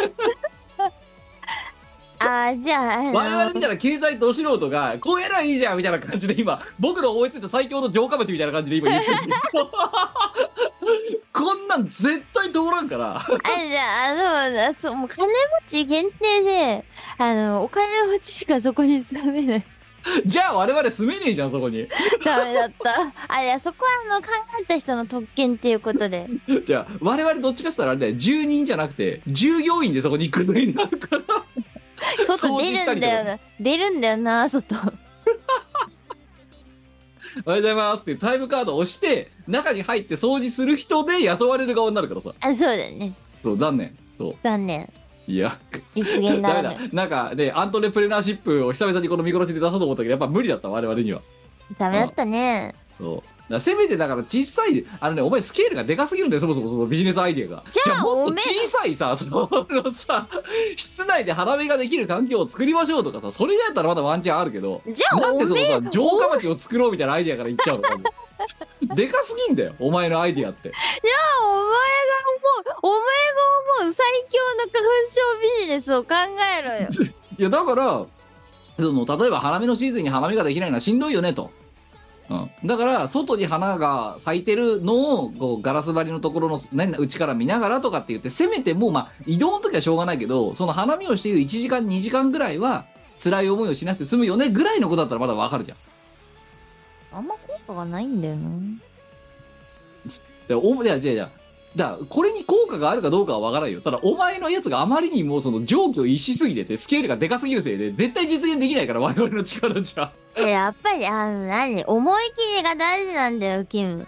[SPEAKER 1] じゃあ、
[SPEAKER 4] 我々みたいな経済ど素人がこうやらいいじゃんみたいな感じで今僕の思いついた最強の城下町みたいな感じで今言ってるけどこんなん絶対通らんから
[SPEAKER 1] じゃあ、もう金持ち限定で、お金持ちしかそこに住めない。
[SPEAKER 4] じゃあ我々住めねえじゃんそこに
[SPEAKER 1] ダメだった。いや、そこは考えた人の特権っていうことで。
[SPEAKER 4] じゃあ我々どっちかしたらあれだよ住人じゃなくて従業員でそこに行くことになるから
[SPEAKER 1] 外出るんだよな。出るんだよな、外。
[SPEAKER 4] おはようございますってタイムカードを押して中に入って掃除する人で雇われる側になるからさ。
[SPEAKER 1] そうだね。
[SPEAKER 4] そう残念。そう
[SPEAKER 1] 残念。
[SPEAKER 4] いや
[SPEAKER 1] 実現ならぬ。
[SPEAKER 4] ダメだ。なんかねアントレプレナーシップを久々にこの見殺しで出そうと思ったけどやっぱ無理だった我々には。
[SPEAKER 1] ダメだったね。
[SPEAKER 4] そうだからせめてだから小さいお前スケールがでかすぎるんだよそもそもそのビジネスアイディアが。
[SPEAKER 1] じゃあ
[SPEAKER 4] もっと小さいささ室内で花見ができる環境を作りましょうとかさそれだったらまだワンチャンあるけど
[SPEAKER 1] じゃあ
[SPEAKER 4] なんでそのさ城下町を作ろうみたいなアイディアから言っちゃうのでかすぎんだよお前のアイディアって。
[SPEAKER 1] じゃあお前が思う最強の花粉症ビジネスを考えろよ。
[SPEAKER 4] いやだから例えば花見のシーズンに花見ができないのはしんどいよねと。だから外に花が咲いてるのをこうガラス張りのところの、ね、内から見ながらとかって言ってせめてもう移動の時はしょうがないけどその花見をしている1時間2時間ぐらいは辛い思いをしなくて済むよねぐらいのことだったらまだわかるじゃん。
[SPEAKER 1] あんま効果がないんだよな。
[SPEAKER 4] いやだからこれに効果があるかどうかはわからないよ。ただお前のやつがあまりにもその上気を逸しすぎててスケールがでかすぎるせいで絶対実現できないから我々の力じゃ。
[SPEAKER 1] やっぱり思い切りが大事なんだよキム。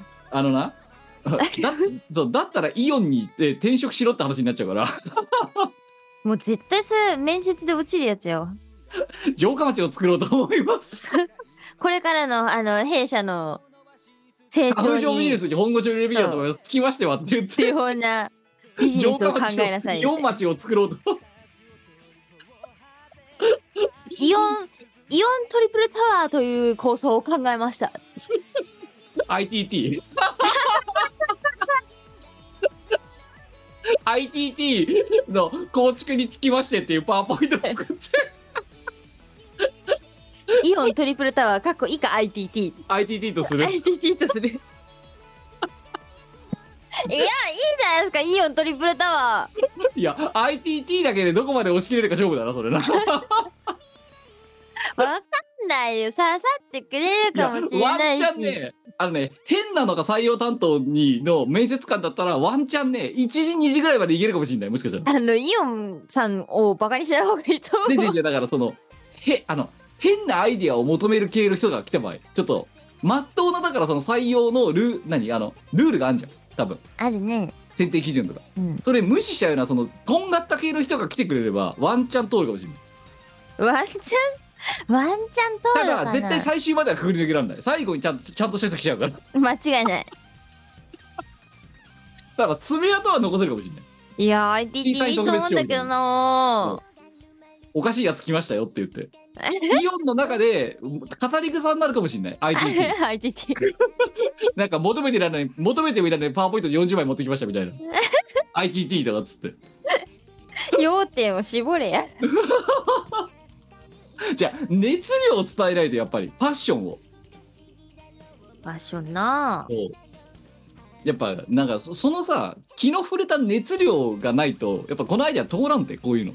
[SPEAKER 4] だったらイオンに転職しろって話になっちゃうから
[SPEAKER 1] もう絶対それ面接で落ちるやつよ。
[SPEAKER 4] 城下町を作ろうと思います
[SPEAKER 1] これからの弊社の成長
[SPEAKER 4] 花粉症ビジネ
[SPEAKER 1] に
[SPEAKER 4] スに本腰を入れるべきだと思います。つきましてはって言って
[SPEAKER 1] 必要なビジネスを考えなさいよ。
[SPEAKER 4] イオン町を作ろうと
[SPEAKER 1] イオントリプルタワーという構想を考えました。
[SPEAKER 4] ITT ITT の構築につきましてっていうパワーポイントを作って
[SPEAKER 1] イオントリプルタワーかっこ以下
[SPEAKER 4] ITT とする。
[SPEAKER 1] ITT とする。いや、いいじゃないですか、イオントリプルタワ
[SPEAKER 4] いや ITT だけでどこまで押し切れるか勝負だなそれな。
[SPEAKER 1] ー。わかんないよ、刺さってくれるかもしれ
[SPEAKER 4] ワ
[SPEAKER 1] ないし。
[SPEAKER 4] ンチャンね、変なのが採用担当にの面接官だったらワンチャンね1時2時ぐらいまでいけるかもしれない、もしかしたら。
[SPEAKER 1] イオンさんをバカにしない方がいいと思う。
[SPEAKER 4] 違うだからその変なアイディアを求める系の人が来た場合、ちょっとまっとうな、だからその採用のルールがあるじゃん多分。
[SPEAKER 1] あるね。
[SPEAKER 4] 選定基準とか、
[SPEAKER 1] うん、
[SPEAKER 4] それ無視しちゃうようなそのとんがった系の人が来てくれればワンチャン通るかもしれない。
[SPEAKER 1] ワンチャン通るかな。
[SPEAKER 4] ただ絶対最終まではくぐり抜けられない。最後にちゃんとした人来ちゃうから
[SPEAKER 1] 間違いない。
[SPEAKER 4] だから爪痕は残せるかもしれない。
[SPEAKER 1] いやー ITT いいと思うんだけどな。
[SPEAKER 4] おかしいやつ来ましたよって言ってイオンの中で語り草になるかもしれない。ITT
[SPEAKER 1] ITT
[SPEAKER 4] なんか求めてみたいなパワーポイントで40枚持ってきましたみたいなITT とかっつって
[SPEAKER 1] 要点を絞れや。
[SPEAKER 4] じゃあ熱量を伝えないと、やっぱりパッションを
[SPEAKER 1] ファッションな。
[SPEAKER 4] やっぱなんかそのさ気の触れた熱量がないとやっぱこのアイデア通らんって。こういうの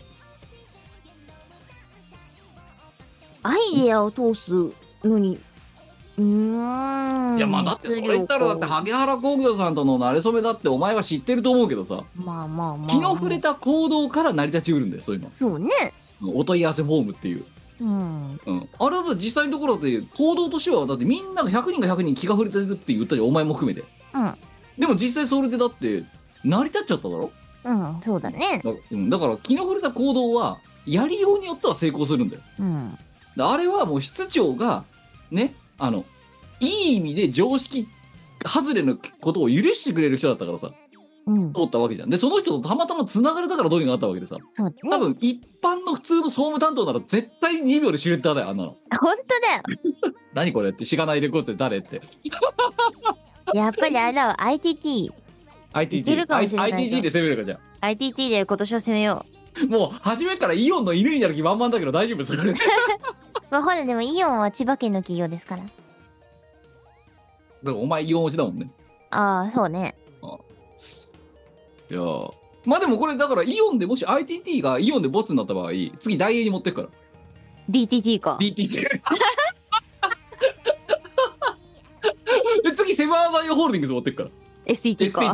[SPEAKER 1] アイデアを通すのに
[SPEAKER 4] いやまあだってそれ言ったらだって萩原工業さんとの馴れ初めだってお前は知ってると思うけどさ、
[SPEAKER 1] まあ
[SPEAKER 4] 気の触れた行動から成り立ちうるんだよそういうの。
[SPEAKER 1] そうね。
[SPEAKER 4] お問い合わせフォームっていう、あれは実際のところで行動としてはだってみんなが100人が100人気が触れてるって言ったじゃん、お前も含めて。でも実際それでだって成り立っちゃっただろ。
[SPEAKER 1] そうだね。
[SPEAKER 4] だから気の触れた行動はやりようによっては成功するんだよ。あれはもう室長がねいい意味で常識外れのことを許してくれる人だったからさ、通ったわけじゃん。でその人とたまたまつながれたからどうにかなったわけでさ、多分一般の普通の総務担当なら絶対2秒でシュレッダーだよあんなの。
[SPEAKER 1] 本当だよ。
[SPEAKER 4] 何これってしがないレコードって誰って
[SPEAKER 1] やっぱりあれは ITT いけるかもしれない。
[SPEAKER 4] ITT で攻めるか。じゃあ
[SPEAKER 1] ITT で今年は攻めよ
[SPEAKER 4] う。もう初めからイオンの犬になる気満々だけど大丈夫それ
[SPEAKER 1] まあほらでもイオンは千葉県の企業ですから。
[SPEAKER 4] だからお前イオン推しだもんね。
[SPEAKER 1] ああそうね。
[SPEAKER 4] いやまあでもこれだからイオンでもし ITT がイオンでボツになった場合次ダイエーに持ってくから
[SPEAKER 1] DTT か。
[SPEAKER 4] DTT で次セブン&アイホールディングス持ってくから
[SPEAKER 1] STT か。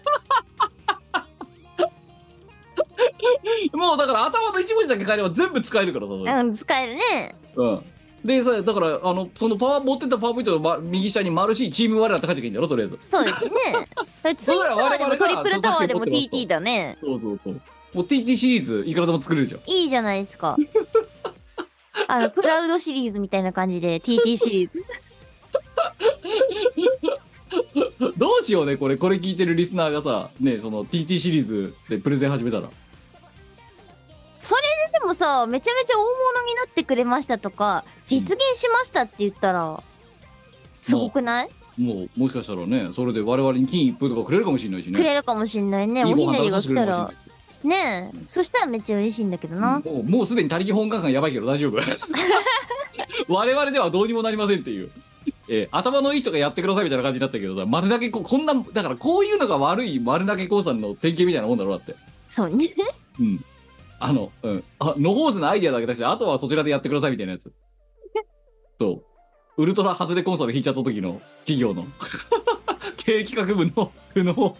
[SPEAKER 4] もうだから頭の一文字だけ変えれば全部使えるからさ。
[SPEAKER 1] 使えるね。
[SPEAKER 4] でさだからその持ってったパワーポイントの、右下に丸しチーム我らって書いておけばいいんだろとりあえず。
[SPEAKER 1] そうですね。ツイッターでもトリプルタワーでも TT だね。
[SPEAKER 4] そうもう TT シリーズいくらでも作れるじゃん。
[SPEAKER 1] いいじゃないですか。クラウドシリーズみたいな感じで TT シリーズ
[SPEAKER 4] どうしようねこれ聞いてるリスナーがさねその TT シリーズでプレゼン始めたら。
[SPEAKER 1] それででもさめちゃめちゃ大物になってくれましたとか実現しましたって言ったらすごくない？
[SPEAKER 4] もしかしたらねそれで我々に金一封とかくれるかもしれないしね。
[SPEAKER 1] くれるかもしれないね。おひねりが来たらねえ、そしたらめっちゃ嬉しいんだけどな。
[SPEAKER 4] もうすでに他力本願感やばいけど大丈夫我々ではどうにもなりませんっていう、頭のいい人がやってくださいみたいな感じになったけどさ、丸投げこんなだからこういうのが悪い丸投げ興産の典型みたいなもんだろうだって。
[SPEAKER 1] そうね。
[SPEAKER 4] 野放図のアイデアだけ出してあとはそちらでやってくださいみたいなやつウルトラ外れコンソール引いちゃった時の企業の経営企画部の不能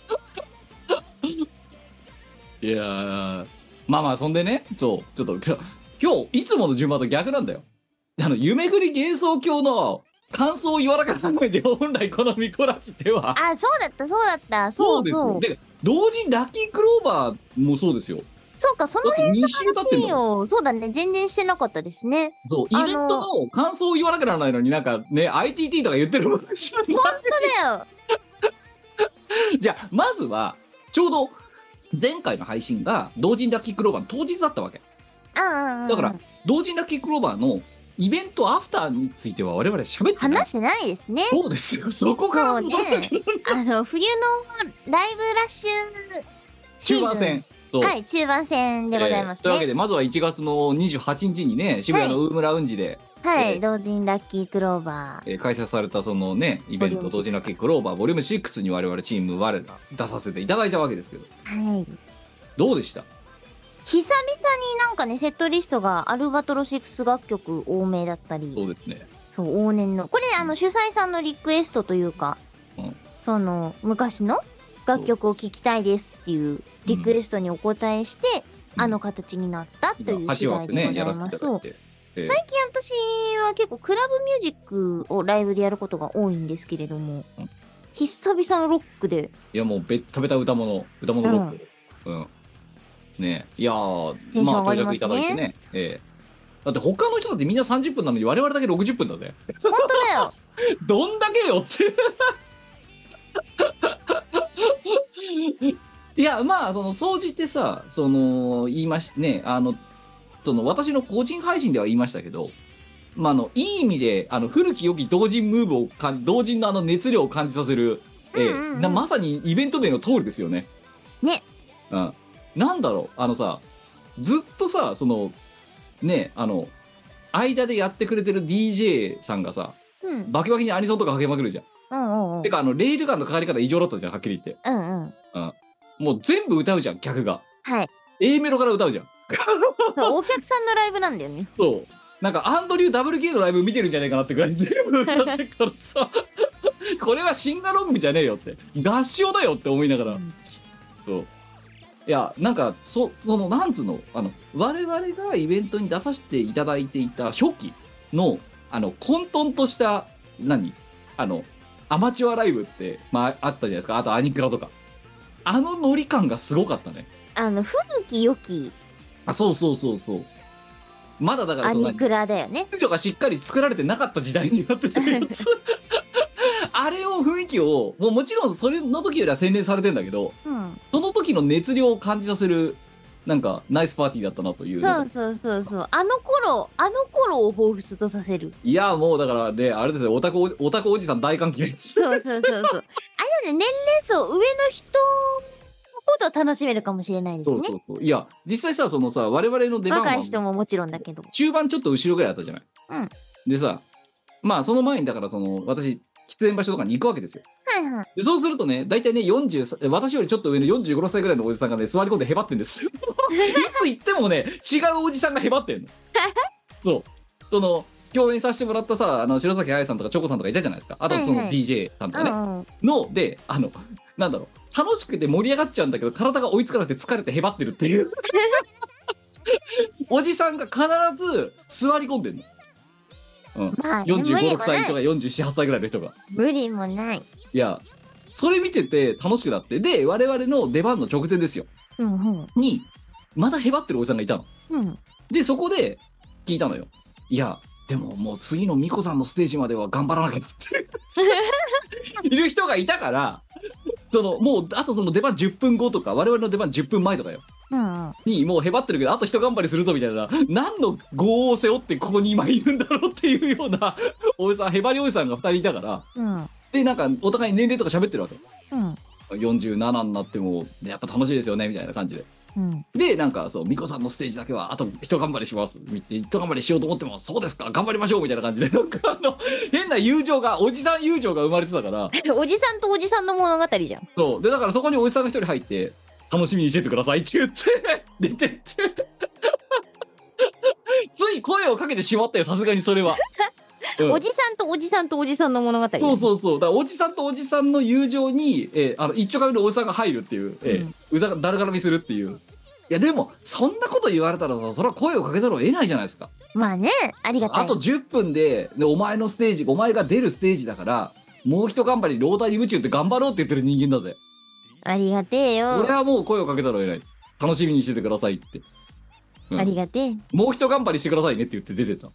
[SPEAKER 4] いやーまあそんでねそうちょっと今日いつもの順番と逆なんだよ。夢ぐり幻想郷の感想を言わなかったので本来このミコラジでは
[SPEAKER 1] そうだったそう
[SPEAKER 4] ですよ。で同時にラッキークローバーもそうですよ。
[SPEAKER 1] そうか、その辺の話をそうだね全然してなかったですね。
[SPEAKER 4] そうイベントの感想を言わなきゃならないのになんかね ITT とか言ってるもん。本
[SPEAKER 1] 当だよ
[SPEAKER 4] じゃあまずはちょうど前回の配信が同人ラッキークローバーの当日だったわけ
[SPEAKER 1] ああ。
[SPEAKER 4] だから同人ラッキークローバーのイベントアフターについては我々喋ってない。
[SPEAKER 1] 話してないですね。
[SPEAKER 4] そうですよ。そこから
[SPEAKER 1] そうね。冬のライブラッシュシーズン
[SPEAKER 4] 中盤戦。
[SPEAKER 1] はい、中盤戦でございますね。
[SPEAKER 4] というわけでまずは1月の28日にね、渋谷のウームラウンジで、
[SPEAKER 1] はい、同人ラッキークローバー、
[SPEAKER 4] 開催されたそのねイベント同人ラッキークローバーボリューム6に我々チーム我ら出させていただいたわけですけど、
[SPEAKER 1] はい、
[SPEAKER 4] どうでした？
[SPEAKER 1] 久々になんかねセットリストがアルバトロ6楽曲多めだったり、
[SPEAKER 4] そうですね。
[SPEAKER 1] そう往年のこれ主催さんのリクエストというか、その昔の楽曲を聴きたいですっていうリクエストにお答えして、形になったという次第でございます。そう。最近私は結構クラブミュージックをライブでやることが多いんですけれども、久々のロックで。
[SPEAKER 4] いやもうベッタベタ歌物ロック。ねいやー、まあ到着いただいてね。だって他の人だってみんな30分なのに我々だけ60分だぜ。
[SPEAKER 1] 本当だよ。
[SPEAKER 4] どんだけよっていやまあその総じてさ言いましね私の個人配信では言いましたけど、まあいい意味で古き良き同人ムーブを同人の熱量を感じさせる、まさにイベント名の通りですよね。
[SPEAKER 1] ね。
[SPEAKER 4] なんだろうさずっとさ間でやってくれてる DJ さんがさ、バキバキにアニソンとかかけまくるじゃん。てかレールガンのかかり方異常だったじゃんはっきり言って。もう全部歌うじゃん客が。
[SPEAKER 1] はい。
[SPEAKER 4] A メロから歌うじゃん。
[SPEAKER 1] お客さんのライブなんだよね。
[SPEAKER 4] そう。なんかアンドリュー WK のライブ見てるんじゃないかなってくらい全部歌ってからさこれはシンガロングじゃねえよって合唱だよって思いながら、そういやなんかそのなんつうの我々がイベントに出させていただいていた初期の混沌としたアマチュアライブって、あったじゃないですか。あとアニクラとかノリ感がすごかったね。
[SPEAKER 1] 古き良き
[SPEAKER 4] そうまだだから
[SPEAKER 1] アニクラだよね。
[SPEAKER 4] 秩序がしっかり作られてなかった時代になってるやつあれを雰囲気をもちろんそれの時よりは洗練されてんだけど、その時の熱量を感じさせるなんかナイスパーティーだったなという。
[SPEAKER 1] そうあの頃を彷彿とさせる。
[SPEAKER 4] いやもうだからねあれですねオタクおじさん大歓喜です。
[SPEAKER 1] そう年齢層上の人ほど楽しめるかもしれないですね。
[SPEAKER 4] そういや実際さ我々の出番は
[SPEAKER 1] 若い人ももちろんだけど
[SPEAKER 4] 中盤ちょっと後ろぐらいあったじゃない。でさまあその前にだから私喫煙場所とかに行くわけですよ。でそうするとね大体ね私よりちょっと上の45、6歳ぐらいのおじさんがね座り込んでへばってんですよいつ行ってもね違うおじさんがへばってんのそう共演させてもらったさ白崎彩さんとかチョコさんとかいたじゃないですか。あとDJ さんとかね、でなんだろう楽しくて盛り上がっちゃうんだけど体が追いつかなくて疲れてへばってるっていうおじさんが必ず座り込んでんの。45、6歳とか47、8歳ぐらいの人が
[SPEAKER 1] 無理もない。
[SPEAKER 4] いやそれ見てて楽しくなってで我々の出番の直前ですよ、にまだへばってるおじさんがいたの、でそこで聞いたのよ。いやでももう次のミコさんのステージまでは頑張らなきゃっている人がいたからもうあと出番10分後とか我々の出番10分前とかよ、にもうへばってるけどあと一頑張りするとみたいな何の業を背負ってここに今いるんだろうっていうようなおじさんへばりおじさんが2人いたから、でなんかお互い年齢とか喋ってるわけ、47になってもやっぱ楽しいですよねみたいな感じで、でなんか美子さんのステージだけはあと一頑張りします一頑張りしようと思ってもそうですか頑張りましょうみたいな感じでなんか変な友情がおじさん友情が生まれてたから
[SPEAKER 1] おじさんとおじさんの物語じゃん。
[SPEAKER 4] そうでだからそこにおじさんが一人入って楽しみにしててくださいって言って出てってつい声をかけてしまったよさすがにそれは、
[SPEAKER 1] おじさんとおじさんとおじさんの物語、
[SPEAKER 4] そうだからおじさんとおじさんの友情に、一丁紙のおじさんが入るっていう、だるがらみするっていう。いやでもそんなこと言われたらさそれは声をかけざるを得ないじゃないですか。
[SPEAKER 1] まあねありがたい。
[SPEAKER 4] あと10分でお前のステージお前が出るステージだからもう一頑張りロータリー夢中って頑張ろうって言ってる人間だぜ。
[SPEAKER 1] ありがてえよ。俺
[SPEAKER 4] はもう声をかけざるを得ない。楽しみにしててくださいって、
[SPEAKER 1] ありがてえ。
[SPEAKER 4] もう一頑張りしてくださいねって言って出てた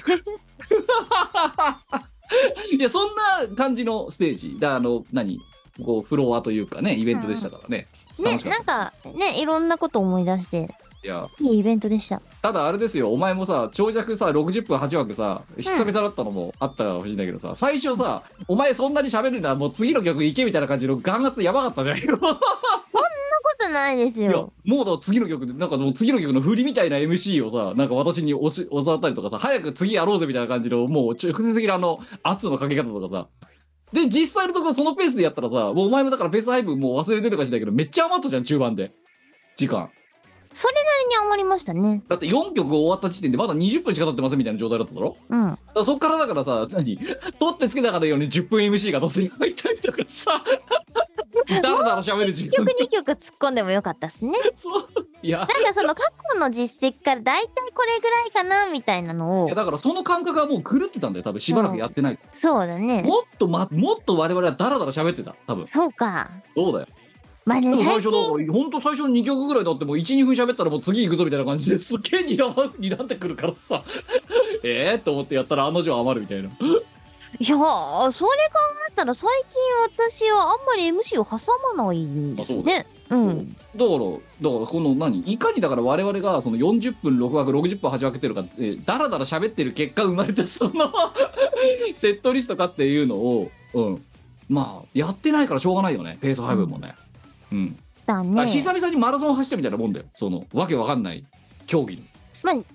[SPEAKER 4] いやそんな感じのステージだフロアというかねイベントでしたからね、
[SPEAKER 1] なんかねいろんなこと思い出して
[SPEAKER 4] いや、
[SPEAKER 1] いいイベントでした。
[SPEAKER 4] ただあれですよ、お前もさ、長尺さ、60分8枠さ、久々だったのもあったかもしれないけどさ、最初さ、お前そんなに喋るんだ、もう次の曲行けみたいな感じの眼圧やばかったじゃんよ。
[SPEAKER 1] ことないです
[SPEAKER 4] いや、
[SPEAKER 1] よ。
[SPEAKER 4] もうだ次の曲で、なんかもう次の曲の振りみたいな MC をさ、なんか私に教わったりとかさ、早く次やろうぜみたいな感じの、もう直接的な圧のかけ方とかさ。で、実際のところそのペースでやったらさ、もうお前もだからペース配分もう忘れてるかしらないけど、めっちゃ余ったじゃん、中盤で。時間。
[SPEAKER 1] それなりに余りましたね。
[SPEAKER 4] だって4曲終わった時点でまだ20分しか経ってませんみたいな状態だっただろ。
[SPEAKER 1] うん。
[SPEAKER 4] だからそっからだからさ、取ってつけたからように10分 MC が突然入ったりとかさ、だらだら喋る時
[SPEAKER 1] 1
[SPEAKER 4] 間。
[SPEAKER 1] 曲2曲突っ込んでもよかったっすね。
[SPEAKER 4] そう。いや。
[SPEAKER 1] なんかその過去の実績からだいたいこれぐらいかなみたいなのを。
[SPEAKER 4] いやだからその感覚はもう狂ってたんだよ、多分しばらくやってない。
[SPEAKER 1] そうだね。
[SPEAKER 4] もっと我々はダラダラ喋ってた、多分。
[SPEAKER 1] そうか。
[SPEAKER 4] そうだよ。
[SPEAKER 1] まあね、
[SPEAKER 4] 最初ほんと最初の2曲ぐらいだってもう 1,2 分喋ったらもう次行くぞみたいな感じですっげえ睨んでくるからさと思ってやったら案の定余るみたいな。
[SPEAKER 1] いやー、それ考えたら最近私はあんまり MC を挟まないんですね。うん。
[SPEAKER 4] だからこのいかにだから我々がその40分6枠60分8枠っていうのがダラダラ喋ってる結果生まれたそのセットリストかっていうのを、まあやってないからしょうがないよね、ペース配分もね。
[SPEAKER 1] だね。
[SPEAKER 4] 久々にマラソン走ったみたいなもんだよ、そのわけわかんない競技に。
[SPEAKER 1] まあ60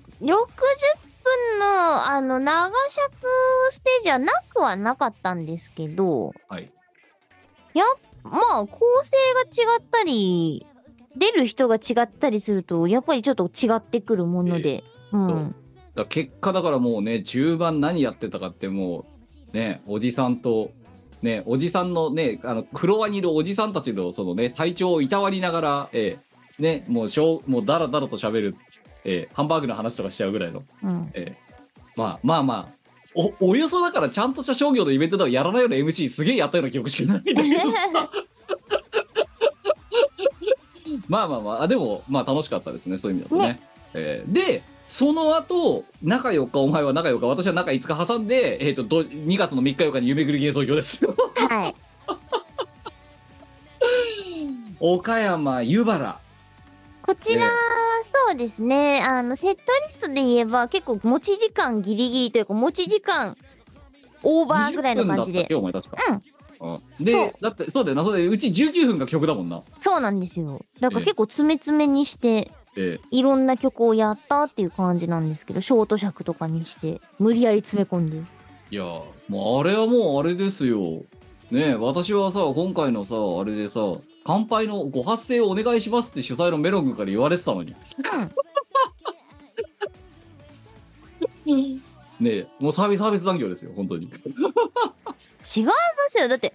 [SPEAKER 1] 分の長尺ステージはなくはなかったんですけど、
[SPEAKER 4] はい。
[SPEAKER 1] まあ構成が違ったり出る人が違ったりするとやっぱりちょっと違ってくるもので、
[SPEAKER 4] だ結果だからもうね、中盤何やってたかってもうね、おじさんとね、おじさんのね、フロアにいるおじさんたちのそのね、体調をいたわりながら、ね、もうダラダラと喋る、ハンバーグの話とかしちゃうぐらいの、まあおよそだからちゃんとした商業のイベントではやらないような MC すげえやったような記憶しかないんだけどさまあでもまあ楽しかったですね、そういう意味だとね。でその後中4日お前は中4日私は中5日挟んで、2月の3日4日に夢ぐり幻想郷ですよ
[SPEAKER 1] はい
[SPEAKER 4] 岡山湯原
[SPEAKER 1] こちら、そうですね、セットリストで言えば結構持ち時間ギリギリというか持ち時間オーバーぐらいの感じで。
[SPEAKER 4] お前確か。でだってそうだよな、それでうち19分が曲だもんな。
[SPEAKER 1] そうなんですよ。だから結構詰め詰めにして、いろんな曲をやったっていう感じなんですけど、ショート尺とかにして無理やり詰め込んで。
[SPEAKER 4] いやもうあれはもうあれですよね。私はさ今回のさあれでさ乾杯のご発声をお願いしますって主催のメロン君から言われてたのにねえ、もうサービス残業ですよ本当に違い
[SPEAKER 1] ますよ。だって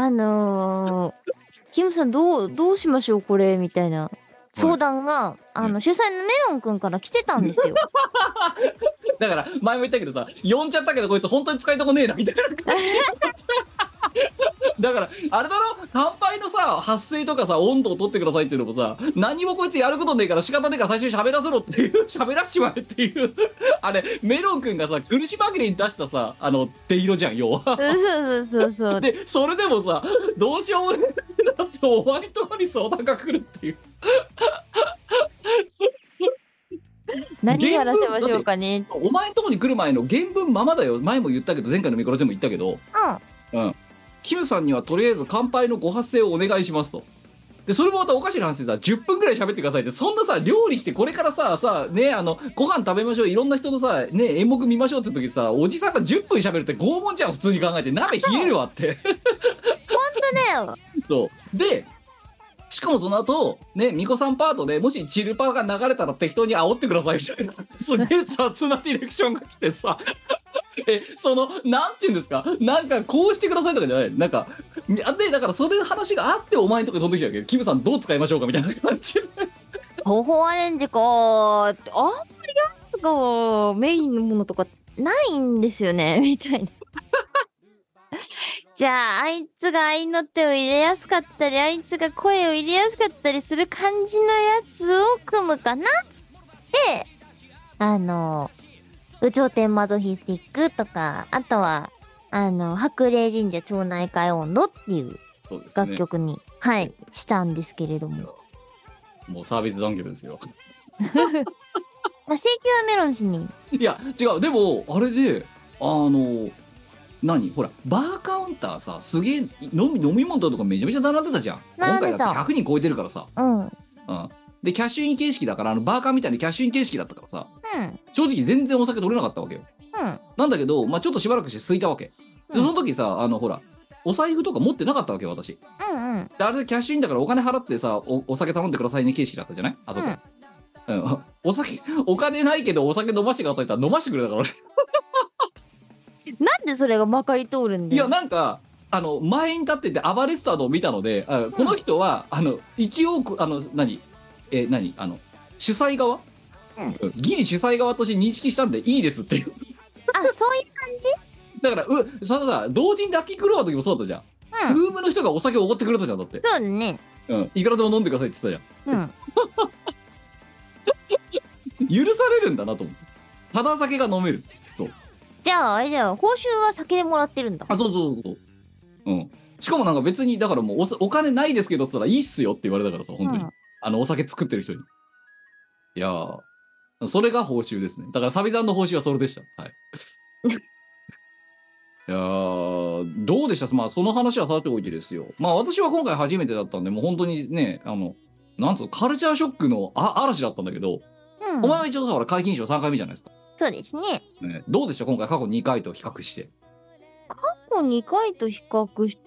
[SPEAKER 1] キムさんどうしましょうこれみたいな相談が、主催のメロン君から来てたんですよ
[SPEAKER 4] だから前も言ったけどさ、呼んじゃったけどこいつ本当に使いたくねえなみたいな感じだからあれだろ、乾杯のさ発声とかさ温度を取ってくださいっていうのもさ、何もこいつやることねえから仕方ねえから最初に喋らせろっていう喋らしちまえっていうあれメロン君がさ苦し紛れに出したさ出色じゃん要は
[SPEAKER 1] そう
[SPEAKER 4] でそれでもさどうしようもねえなってお前んとこに相談が来るっていう
[SPEAKER 1] 何やらせましょうかね。
[SPEAKER 4] お前んとこに来る前の原文ままだよ。前も言ったけど前回のミコラでも言ったけど、キムさんにはとりあえず乾杯のご発声をお願いしますと。でそれもまたおかしな話でさ10分ぐらい喋ってくださいって、そんなさ料理来てこれからさねご飯食べましょういろんな人のさね演目見ましょうって時さおじさんが10分喋るって拷問じゃん普通に考えて。鍋冷えるわって
[SPEAKER 1] 本当だよ
[SPEAKER 4] そうでしかもその後ねミコさんパートでもしチルパが流れたら適当に煽ってくださいみたいなすげえ雑なディレクションが来てさなんていうんですか、なんかこうしてくださいとかじゃない、なんかでだからそれの話があってお前のとこに飛んできたわけど、キムさんどう使いましょうかみたいな感じで
[SPEAKER 1] 方法アレンジかあんまりやつがメインのものとかないんですよねみたいなじゃああいつが愛の手を入れやすかったりあいつが声を入れやすかったりする感じのやつを組むかなっつって有頂天マゾヒスティックとか、あとは白麗神社町内会温度っていう楽曲に、はいしたんですけれども、
[SPEAKER 4] もうサービス残業ですよ
[SPEAKER 1] まあ、請求はメロン氏に。
[SPEAKER 4] いや違う、でもあれで何ほらバーカウンターさ、すげえ飲み物とかめちゃめちゃ並んでたじゃん。今
[SPEAKER 1] 並んでた
[SPEAKER 4] 回だって100人超えてるからさ。
[SPEAKER 1] うん。
[SPEAKER 4] うん。でキャッシュイン形式だから、バーカーみたいなキャッシュイン形式だったからさ、
[SPEAKER 1] うん
[SPEAKER 4] 正直全然お酒取れなかったわけよ。
[SPEAKER 1] うん
[SPEAKER 4] なんだけど、まあちょっとしばらくして空いたわけ。でその時さ、ほらお財布とか持ってなかったわけよ私。
[SPEAKER 1] うん
[SPEAKER 4] であれでキャッシュインだからお金払ってさ、お酒頼んでくださいね形式だったじゃないあそこ。お酒お金ないけどお酒飲ましてくださいって言ったら飲ましてくれたから俺。
[SPEAKER 1] なんでそれがまかり通るんだよ。
[SPEAKER 4] いやなんか前に立ってて暴れてたのを見たので、この人は一応何主催側、ギリ主催側として認識したんでいいですっていう。
[SPEAKER 1] あ、そういう感じ。
[SPEAKER 4] だからさ同時にラッキークローバーの時もそうだったじゃん。ルームの人がお酒をおごってくれたじゃんだって。
[SPEAKER 1] そうだね。
[SPEAKER 4] いくらでも飲んでくださいって言ってたじゃん。許されるんだなと思って。ただ酒が飲める。そう。
[SPEAKER 1] じゃああれじゃあ報酬は酒でもらってるんだ。
[SPEAKER 4] あ、そう。しかもなんか別にだからもうお金ないですけどって言ったらいいっすよって言われたからさ、本当に。お酒作ってる人に。いやー、それが報酬ですね。だからサビさんの報酬はそれでした。はい。いやー、どうでした？まあその話はさておいてですよ。まあ私は今回初めてだったんで、もう本当にね、なんとカルチャーショックの嵐だったんだけど、お前は一応さ、ほら皆勤賞3回目じゃないですか。
[SPEAKER 1] そうですね。
[SPEAKER 4] どうでした今回過去2回と比較して。
[SPEAKER 1] 過去2回と比較して、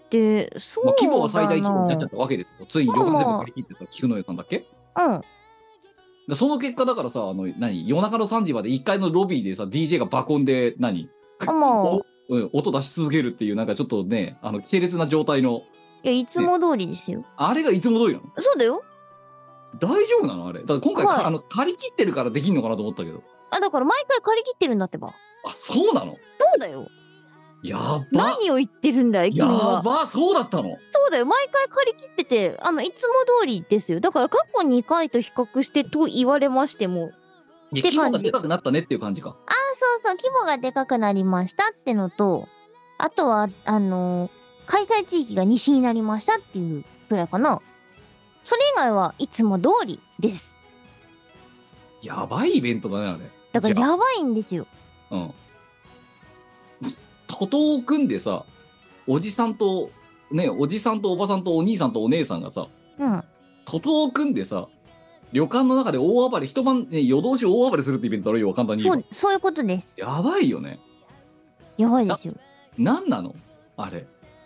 [SPEAKER 1] そうだな。
[SPEAKER 4] 規模は最大規模になっちゃったわけですよ。ついに旅館でも借り切ってさ、菊之湯さんだっけ？でその結果だからさ、夜中の3時まで1階のロビーでさ、DJ が爆音で音出し続けるっていうなんかちょっとね、強烈な状態の。
[SPEAKER 1] いや、いつも通りですよ。
[SPEAKER 4] あれがいつも通りなの？
[SPEAKER 1] そうだよ。
[SPEAKER 4] 大丈夫なのあれ？だから今回、借り切ってるからできんのかなと思ったけど。
[SPEAKER 1] あ、だから毎回借り切ってるんだってば。
[SPEAKER 4] あ、そうなの？
[SPEAKER 1] そうだよ。
[SPEAKER 4] やば。
[SPEAKER 1] 何を言ってるんだい君は。
[SPEAKER 4] やば、そうだったの？
[SPEAKER 1] そうだよ。毎回借り切ってて、いつも通りですよ。だから過去2回と比較してと言われましても。
[SPEAKER 4] 規模がでかくなったねっていう感じか。
[SPEAKER 1] そう、規模がでかくなりましたってのと、あとは、開催地域が西になりましたっていうくらいかな。それ以外はいつも通りです。
[SPEAKER 4] やばいイベントだね、あれ。
[SPEAKER 1] だからやばいんですよ。
[SPEAKER 4] 徒党を組んでさ、おじさんとおばさんとお兄さんとお姉さんがさ、徒党を組んでさ、旅館の中で大暴れ、一晩、夜通し大暴れするってイベントだろ、要は簡単に言えば。
[SPEAKER 1] そういうことです。
[SPEAKER 4] やばいよね。
[SPEAKER 1] やばいですよ。
[SPEAKER 4] なんなのあれ。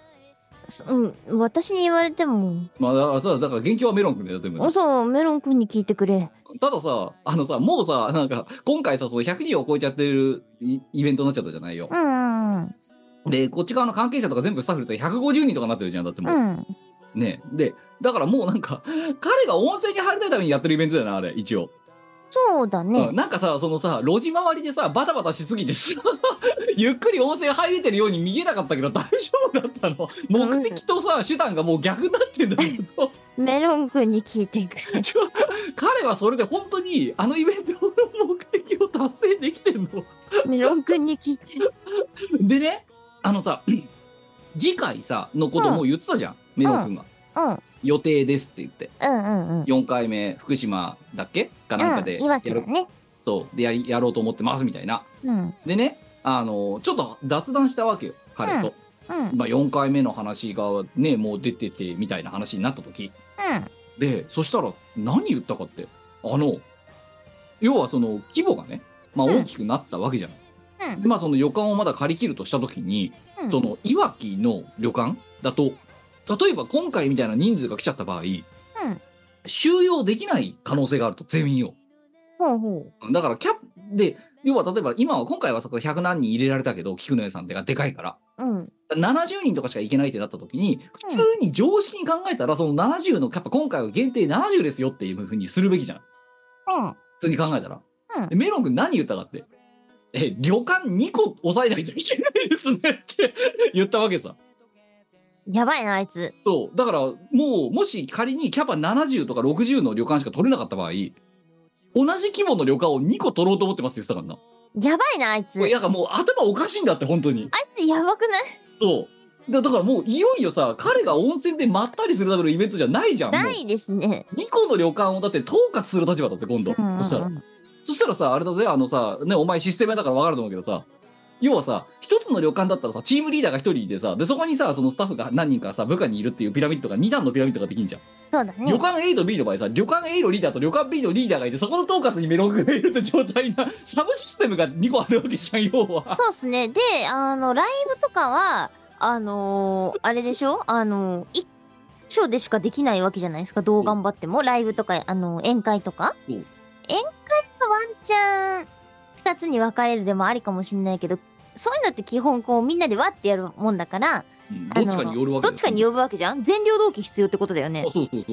[SPEAKER 1] 私に言われても。
[SPEAKER 4] まあだから元気はメロン君でやってるもん。
[SPEAKER 1] そう、メロン君に聞いてくれ。
[SPEAKER 4] たださ、もうさ、なんか今回さ、その100人を超えちゃってるイベントになっちゃったじゃないよ。で、こっち側の関係者とか全部スタッフで150人とかなってるじゃん、だってもう。ね。で、だからもうなんか、彼が温泉に入りたいためにやってるイベントだよな、あれ、一応。
[SPEAKER 1] そうだね。
[SPEAKER 4] なんかさ、そのさ、路地回りでさ、バタバタしすぎてさ、ゆっくり温泉入れてるように見えなかったけど、大丈夫だったの？目的とさ、手段がもう逆になってんだけど。
[SPEAKER 1] メロン君に聞いてくれ。
[SPEAKER 4] 彼はそれで本当に、あのイベントの目的を達成できてんの？
[SPEAKER 1] メロン君に聞いてる。
[SPEAKER 4] でね、次回さ、のことも言ってたじゃん、メロン君が。予定ですって言って、4回目福島だっけかなんかで
[SPEAKER 1] 岩手だね。
[SPEAKER 4] そうでやろうと思ってますみたいな。でね、ちょっと雑談したわけよ彼と。まあ4回目の話がねもう出ててみたいな話になった時、でそしたら何言ったかって、要はその規模がね、まあ大きくなったわけじゃない。でまあその旅館をまだ借り切るとした時に、そのいわきの旅館だと例えば今回みたいな人数が来ちゃった場合、収容できない可能性があると、全員を。だからキャップで、要は例えば今はさ100何人入れられたけど、菊之湯さんってがでかいから、70人とかしか行けないってなった時に、普通に常識に考えたらその70のやっぱ今回は限定70ですよっていうふうにするべきじゃん。普通に考えたら。メロン君何言ったかって、旅館2個抑えないといけないですねって言ったわけさ。
[SPEAKER 1] やばいなあいつ。
[SPEAKER 4] そうだからもし仮にキャパ70とか60の旅館しか取れなかった場合、同じ規模の旅館を2個取ろうと思ってますって言ってたからな。
[SPEAKER 1] やばいなあいつ。
[SPEAKER 4] いやもう頭おかしいんだって本当に。
[SPEAKER 1] あいつやばくない？
[SPEAKER 4] そうだからもういよいよさ、彼が温泉でまったりするためのイベントじゃないじゃん。
[SPEAKER 1] ないですね。
[SPEAKER 4] 2個の旅館をだって統括する立場だって今度、そしたらさ、あれだぜ、ね、お前システム屋だから分かると思うけどさ、要はさ、一つの旅館だったらさ、チームリーダーが一人いてさ、でそこにさ、そのスタッフが何人かさ、部下にいるっていうピラミッドが2段のピラミッドができんじゃん。
[SPEAKER 1] そうだね。
[SPEAKER 4] 旅館 A と B の場合さ、旅館 A のリーダーと旅館 B のリーダーがいて、そこの統括にメロン君がいるって状態なサブシステムが2個あるわけじゃん、要は。
[SPEAKER 1] そうっすね。で、ライブとかは、あれでしょ一丁でしかできないわけじゃないですか。どう頑張っても。ライブとか、宴会とか。宴会はワンチャン、二つに分かれるでもありかもしんないけど、そういうのって基本こうみんなでわってやるもんだから、
[SPEAKER 4] どっちかによるわけ
[SPEAKER 1] どっちかに呼ぶわけじゃん。全量動機必要ってことだよね。
[SPEAKER 4] そう
[SPEAKER 1] 全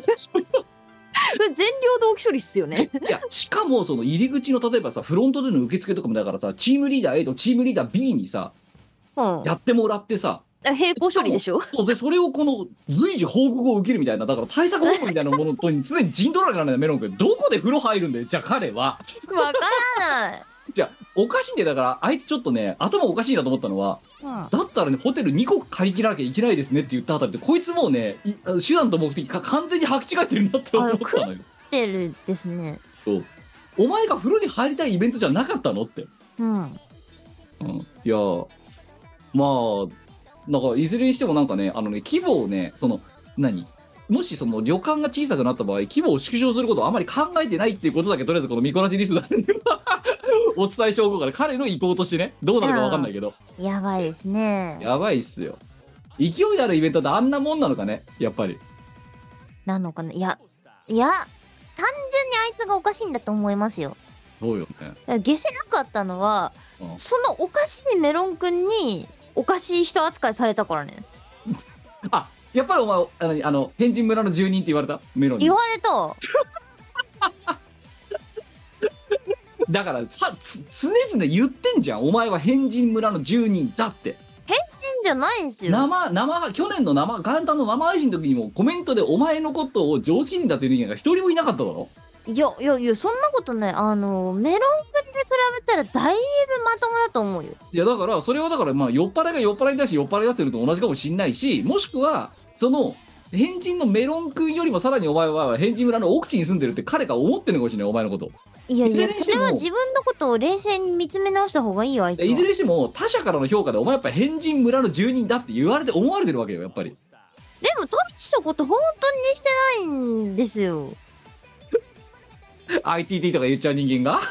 [SPEAKER 1] 量動機処理っすよね。
[SPEAKER 4] いや、しかもその入り口の例えばさ、フロントでの受付とかもだからさ、チームリーダー A とチームリーダー B にさ、やってもらってさ、
[SPEAKER 1] 並行処理でしょ。
[SPEAKER 4] そうで、それをこの随時報告を受けるみたいな、だから対策本部みたいなものとに常に陣取らなきゃならないメロン君。どこで風呂入るんだよ、じゃあ彼は。
[SPEAKER 1] わからない。
[SPEAKER 4] じゃあ、おかしいんだよ。だから、あいつちょっとね、頭おかしいなと思ったのは、だったらね、ホテル2個借り切らなきゃいけないですねって言ったあたりで、こいつもうね、手段と目的が完全に履き違えてるなって思ったのよ。
[SPEAKER 1] てるですね。
[SPEAKER 4] そう。お前が風呂に入りたいイベントじゃなかったのって。いや、まあ、なんかいずれにしてもなんかね、規模をね、もしその旅館が小さくなった場合、規模を縮小することをあまり考えてないっていうことだけ、とりあえずこのミコラジリスナーにお伝えしておこうから、彼の意向としてね、どうなるか分かんないけど。
[SPEAKER 1] やばいですね。
[SPEAKER 4] やばいっすよ。勢いあるイベントってあんなもんなのかね、やっぱり。
[SPEAKER 1] なのかな。いや、単純にあいつがおかしいんだと思いますよ。
[SPEAKER 4] そうよ
[SPEAKER 1] ね。消せなかったのは、そのおかしいメロン君におかしい人扱いされたからね。
[SPEAKER 4] あ、やっぱりお前変人村の住人って言われたメロンに。
[SPEAKER 1] 言われた。
[SPEAKER 4] だからさ、常々言ってんじゃん。お前は変人村の住人だって。
[SPEAKER 1] 変人じゃないんですよ。
[SPEAKER 4] 去年の元旦の生配信の時にもコメントでお前のことを常識人だっていう人間が一人もいなかっただろ。
[SPEAKER 1] いや、そんなことない。メロン君に比べたらだいぶまともだと思うよ。
[SPEAKER 4] いや、だから、それはだから、まあ、酔っ払いが酔っ払いだし、酔っ払いだってると同じかもしんないし、もしくは、その、変人のメロン君よりもさらにお前は変人村の奥地に住んでるって彼が思ってるのかもしれない、お前のこと。
[SPEAKER 1] いや、それは自分のことを冷静に見つめ直した方がいいよ、あいつは。
[SPEAKER 4] いずれにしても、他者からの評価でお前やっぱ変人村の住人だって思われてるわけよ、やっぱり。
[SPEAKER 1] でも、大したこと本当にしてないんですよ。
[SPEAKER 4] ITT とか言っちゃう人間が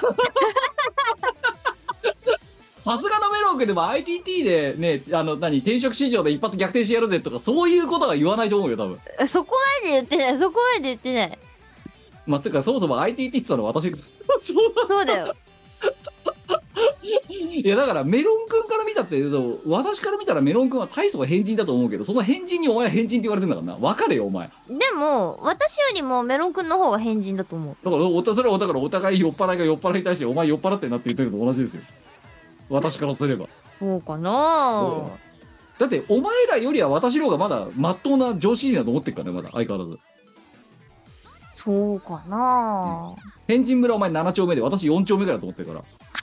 [SPEAKER 4] さすがのメロン君でも ITT でね、転職市場で一発逆転してやるぜとかそういうことは言わないと思うよ、多分。
[SPEAKER 1] そこまで言ってない。
[SPEAKER 4] まあ、てかそもそも ITT って言ったの私
[SPEAKER 1] そうだよ。
[SPEAKER 4] いや、だからメロン君から見たって私から見たらメロン君は大層変人だと思うけど、その変人にお前は変人って言われてんだからな。分かれよ、お前。
[SPEAKER 1] でも私よりもメロン君の方が変人だと思う。
[SPEAKER 4] だからそれはだからお互い酔っ払いが酔っ払いに対してお前酔っ払ってんなって言ってるのと同じですよ、私からすれば。
[SPEAKER 1] そうかな。
[SPEAKER 4] だってお前らよりは私の方がまだまっとうな常識人だと思ってるからね、まだ相変わらず。
[SPEAKER 1] そうかな。
[SPEAKER 4] 変人村お前7丁目で私4丁目ぐらいだと思ってるから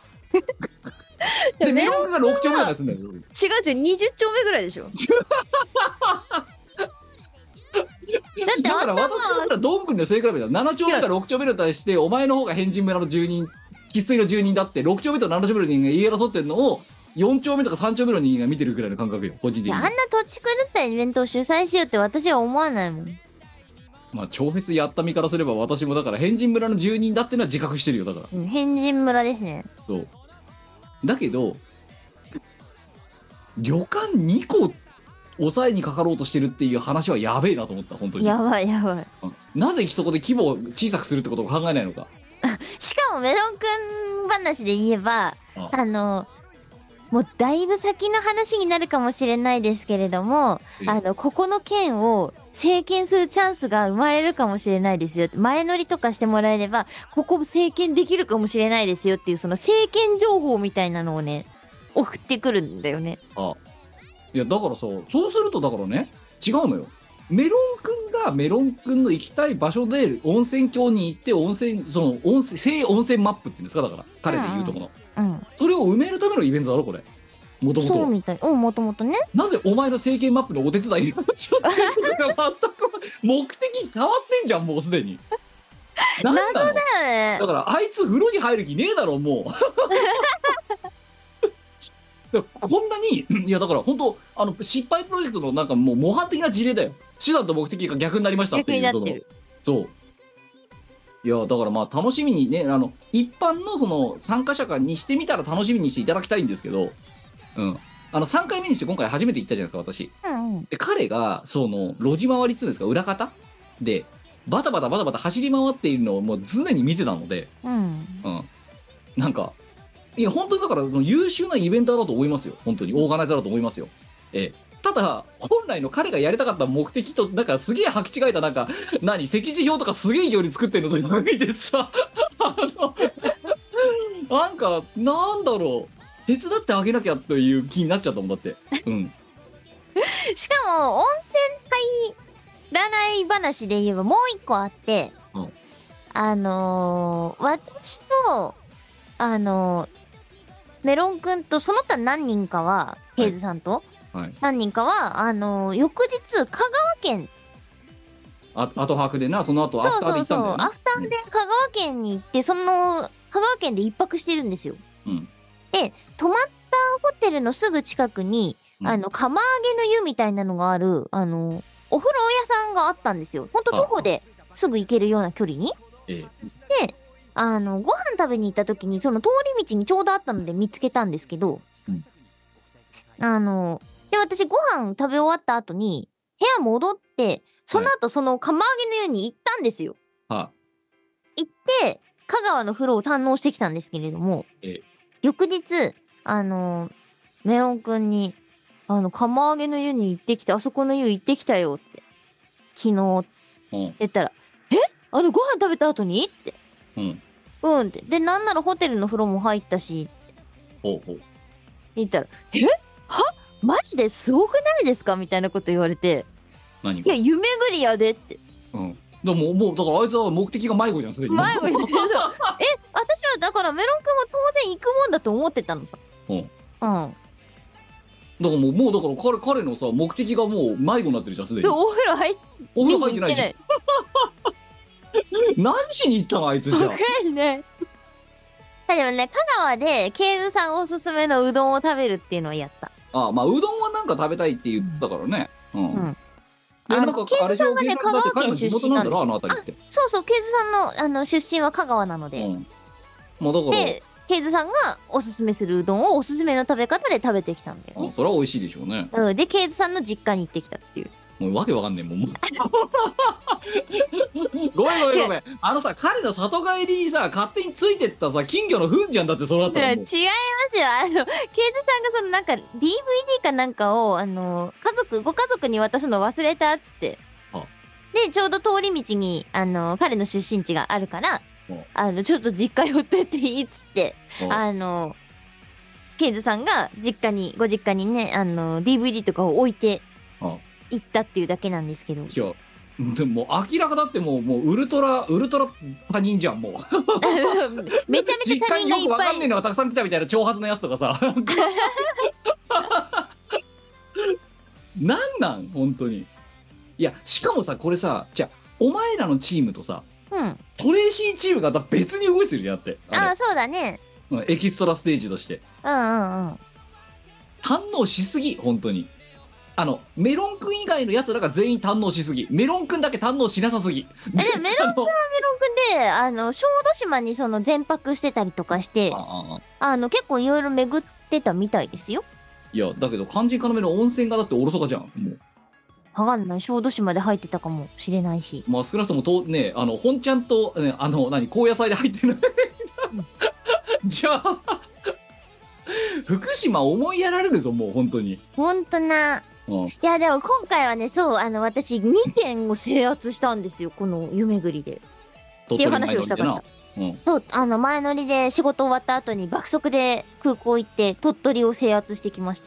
[SPEAKER 4] でメロン君が6丁目ぐらいすんだよ。違う
[SPEAKER 1] 20丁目ぐらいでしょ。
[SPEAKER 4] だから私からしたらドン君の正解だから7丁目から6丁目に対してお前の方が変人村の住人、生粋の住人だって、6丁目と7丁目の人間が言い争ってるのを4丁目とか3丁目の人間が見てるぐらいの感覚よ、個人的に。
[SPEAKER 1] あんな土地狂ったイベントを主催しようって私は思わないもん。
[SPEAKER 4] まあ超フェスやった身からすれば私もだから変人村の住人だってのは自覚してるよ、だから。
[SPEAKER 1] 変人村ですね。
[SPEAKER 4] そうだけど旅館2個抑えにかかろうとしてるっていう話はやべえなと思った、本当に。
[SPEAKER 1] やばい。
[SPEAKER 4] なぜそこで規模を小さくするってことを考えないのか。
[SPEAKER 1] しかもメロンくん話で言えば、もうだいぶ先の話になるかもしれないですけれども、ここの件を政権するチャンスが生まれるかもしれないですよ。前乗りとかしてもらえれば、ここ政権できるかもしれないですよっていう、その政権情報みたいなのをね、送ってくるんだよね。
[SPEAKER 4] いやだからさ、そうするとだからね、違うのよ。メロンくんがメロンくんの行きたい場所で温泉郷に行って正温泉マップっていうんですか、だから彼で言うとこの、それを埋めるためのイベントだろこれ。 もともと。
[SPEAKER 1] そうみたい。もともとね。
[SPEAKER 4] なぜお前の政権マップのお手伝いになっちゃってるのか全く目的変わってんじゃん、もうすでに。なんなの？
[SPEAKER 1] 謎だよね
[SPEAKER 4] だ。からあいつ風呂に入る気ねえだろもう。だからこんなにいやだから本当失敗プロジェクトのなんかもう模範的な事例だよ。手段と目的が逆になりましたっていう。
[SPEAKER 1] 逆になってる。
[SPEAKER 4] そういやだからまあ楽しみにね一般のその参加者にしてみたら楽しみにしていただきたいんですけど、3回目にして今回初めて行ったじゃないですか私。
[SPEAKER 1] うんうん。
[SPEAKER 4] で彼がその路地回りっていうんですか、裏方でバタバタ走り回っているのをもう常に見てたので、なんかいや本当にだからその優秀なイベンターだと思いますよ。本当にオーガナイザーだと思いますよ。ただ本来の彼がやりたかった目的となんかすげえ履き違えたなんか席次表とかすげえ勢いに作ってるのと見てさなんかなんだろう、手伝ってあげなきゃという気になっちゃったもんだって。
[SPEAKER 1] しかも、温泉入らない話で言えばもう一個あって、私と、メロンくんとその他何人かは、ケイズさんと、何人かは、翌日、香川県、
[SPEAKER 4] 後泊でな、その後アフターで行ったんだよね。
[SPEAKER 1] アフターで香川県に行って、香川県で一泊してるんですよ。で、泊まったホテルのすぐ近くに、釜揚げの湯みたいなのがある、お風呂屋さんがあったんですよ。ほんと徒歩ですぐ行けるような距離に。で、ご飯食べに行った時に、その通り道にちょうどあったので見つけたんですけど、で、私ご飯食べ終わった後に、部屋戻って、その後その釜揚げの湯に行ったんですよ。行って、香川の風呂を堪能してきたんですけれども、翌日、メロンくんに、釜揚げの湯に行ってきて、あそこの湯行ってきたよって、昨日、言ったら、ご飯食べた後にって。って。で、なんならホテルの風呂も入ったし、って言ったら、マジですごくないですかみたいなこと言われて、
[SPEAKER 4] 何
[SPEAKER 1] いや、夢ぐりやでって。
[SPEAKER 4] でももうだからあいつは目的が迷子じゃん、すでに。
[SPEAKER 1] 迷子に私はだからメロンくんは当然行くもんだと思ってたのさ。だ
[SPEAKER 4] からもうだから彼のさ目的がもう迷子になってるじゃん、すでに。
[SPEAKER 1] お風呂入ってないじゃん。
[SPEAKER 4] 何しに行ったのあいつじゃん。
[SPEAKER 1] わかんない。でもね、香川でケイズさんおすすめのうどんを食べるっていうのをやった。
[SPEAKER 4] まあうどんはなんか食べたいって言ってたからね。
[SPEAKER 1] ケイズさんがね、香川県出身なんですよ。そう、ケイズさんの出身は香川なので。で、ケイズさんがおすすめするうどんをおすすめの食べ方で食べてきたんだよね。
[SPEAKER 4] それは美味しいでしょうね。
[SPEAKER 1] で、ケイズさんの実家に行ってきたっていう。
[SPEAKER 4] もうわけわかんねえもん。ごめん。彼の里帰りにさ、勝手についてったさ、金魚の糞じゃんだって、それだったら。
[SPEAKER 1] 違いますよ。ケイズさんがそのなんか DVD かなんかを、ご家族に渡すの忘れたっつって。で、ちょうど通り道に、彼の出身地があるから、ちょっと実家寄ってっていいっつって、ケイズさんがご実家にね、DVD とかを置いて、行ったっていうだけなんですけど。
[SPEAKER 4] いや、でも明らかだってもうウルトラ他人じゃん、もう。
[SPEAKER 1] めちゃめちゃ他人がいっぱい。実家によくわ
[SPEAKER 4] かんねえのがたくさん来たみたいな挑発のやつとかさ。なん本当に。いや、しかもさ、これさ、じゃあお前らのチームとさ、トレーシーチームが別に動いてるじゃんって。
[SPEAKER 1] そうだね。
[SPEAKER 4] エキストラステージとして。
[SPEAKER 1] 堪
[SPEAKER 4] 能しすぎ、本当に。メロンくん以外のやつらが全員堪能しすぎ。メロンくんだけ堪能しなさすぎ。
[SPEAKER 1] メロンくんはメロンくんで、小豆島にその全泊してたりとかして、結構いろいろ巡ってたみたいですよ。い
[SPEAKER 4] や、だけど肝心要の温泉がだっておろそかじゃん、もう。
[SPEAKER 1] わかんない。小豆島で入ってたかもしれないし。
[SPEAKER 4] まあ少なくともね、本ちゃんと、ね、高野菜で入ってる。じゃあ、福島思いやられるぞ、もう本当に。
[SPEAKER 1] ほんとな。いやでも今回はね、私2軒を制圧したんですよ、この湯巡りで。っていう話をしたかった。そう、前乗りで仕事終わった後に爆速で空港行って鳥取を制圧してきまして。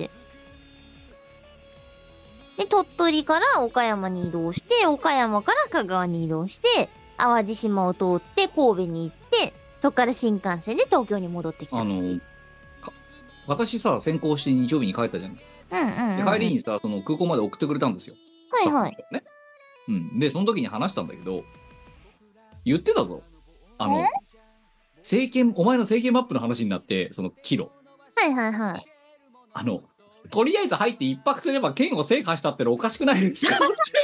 [SPEAKER 1] で、鳥取から岡山に移動して、岡山から香川に移動して、淡路島を通って神戸に行って、そっから新幹線で東京に戻ってきた。
[SPEAKER 4] 私さ先行して日曜日に帰ったじゃん。で帰りにさその空港まで送ってくれたんですよ。
[SPEAKER 1] はいはい。
[SPEAKER 4] ね。うん。でその時に話したんだけど、言ってたぞ。政権、お前の政権マップの話になって、そのキロ。
[SPEAKER 1] はいはいはい。
[SPEAKER 4] とりあえず入って一泊すれば県を制覇したってのおかしくないですか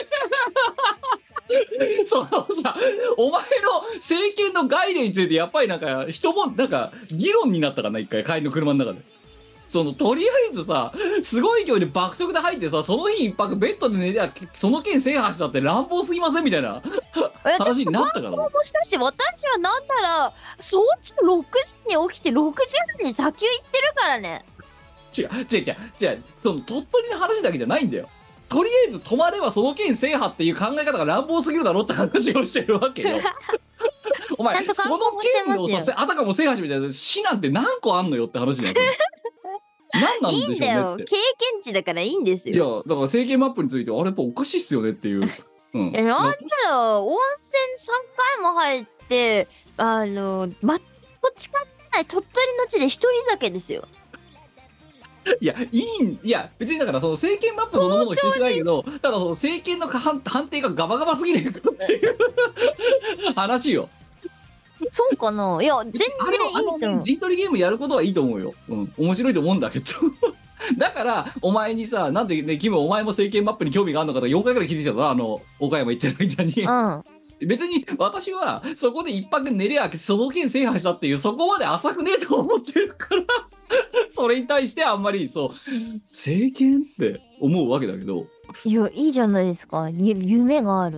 [SPEAKER 4] そのさ、お前の政権の概念についてやっぱりなんか人もなんか議論になったかな、一回帰りの車の中で。とりあえずさ、すごい勢いで爆速で入ってさ、その日一泊ベッドで寝りゃその県制覇したって乱暴すぎませんみたいな話になったから。
[SPEAKER 1] もしたし、私はなんなら早朝6時に起きて6時半に砂丘行ってるからね。
[SPEAKER 4] 違う、その鳥取の話だけじゃないんだよ。とりあえず泊まればその県制覇っていう考え方が乱暴すぎるだろって話をしてるわけよ。お前その県をさ、あたかも制覇しみたいな市なんて何個あんのよって話なんだよ。何なんでしょうねって。いいんだよ、
[SPEAKER 1] 経験値だからいいんですよ。
[SPEAKER 4] いやだから政権マップについてあれやっぱおかしいっすよねっていう。うん、
[SPEAKER 1] なんだろう、温泉3回も入って全く近くない鳥取の地で一人酒ですよ。
[SPEAKER 4] いや別にだからその政権マップそのものを否定しないけど、ただその政権の判定がガバガバすぎるっていう話よ。
[SPEAKER 1] そうかな。いや全然いいと思う。
[SPEAKER 4] 陣取りゲームやることはいいと思うよ。うん、面白いと思うんだけどだからお前にさ、なんでねキムお前も政権マップに興味があるのかと4回ぐらい聞いてたな、岡山行ってる間に。別に私はそこで一泊寝りゃその県制覇したっていうそこまで浅くねえと思ってるからそれに対してあんまり政権って思うわけだけど、
[SPEAKER 1] いやいいじゃないですか、夢がある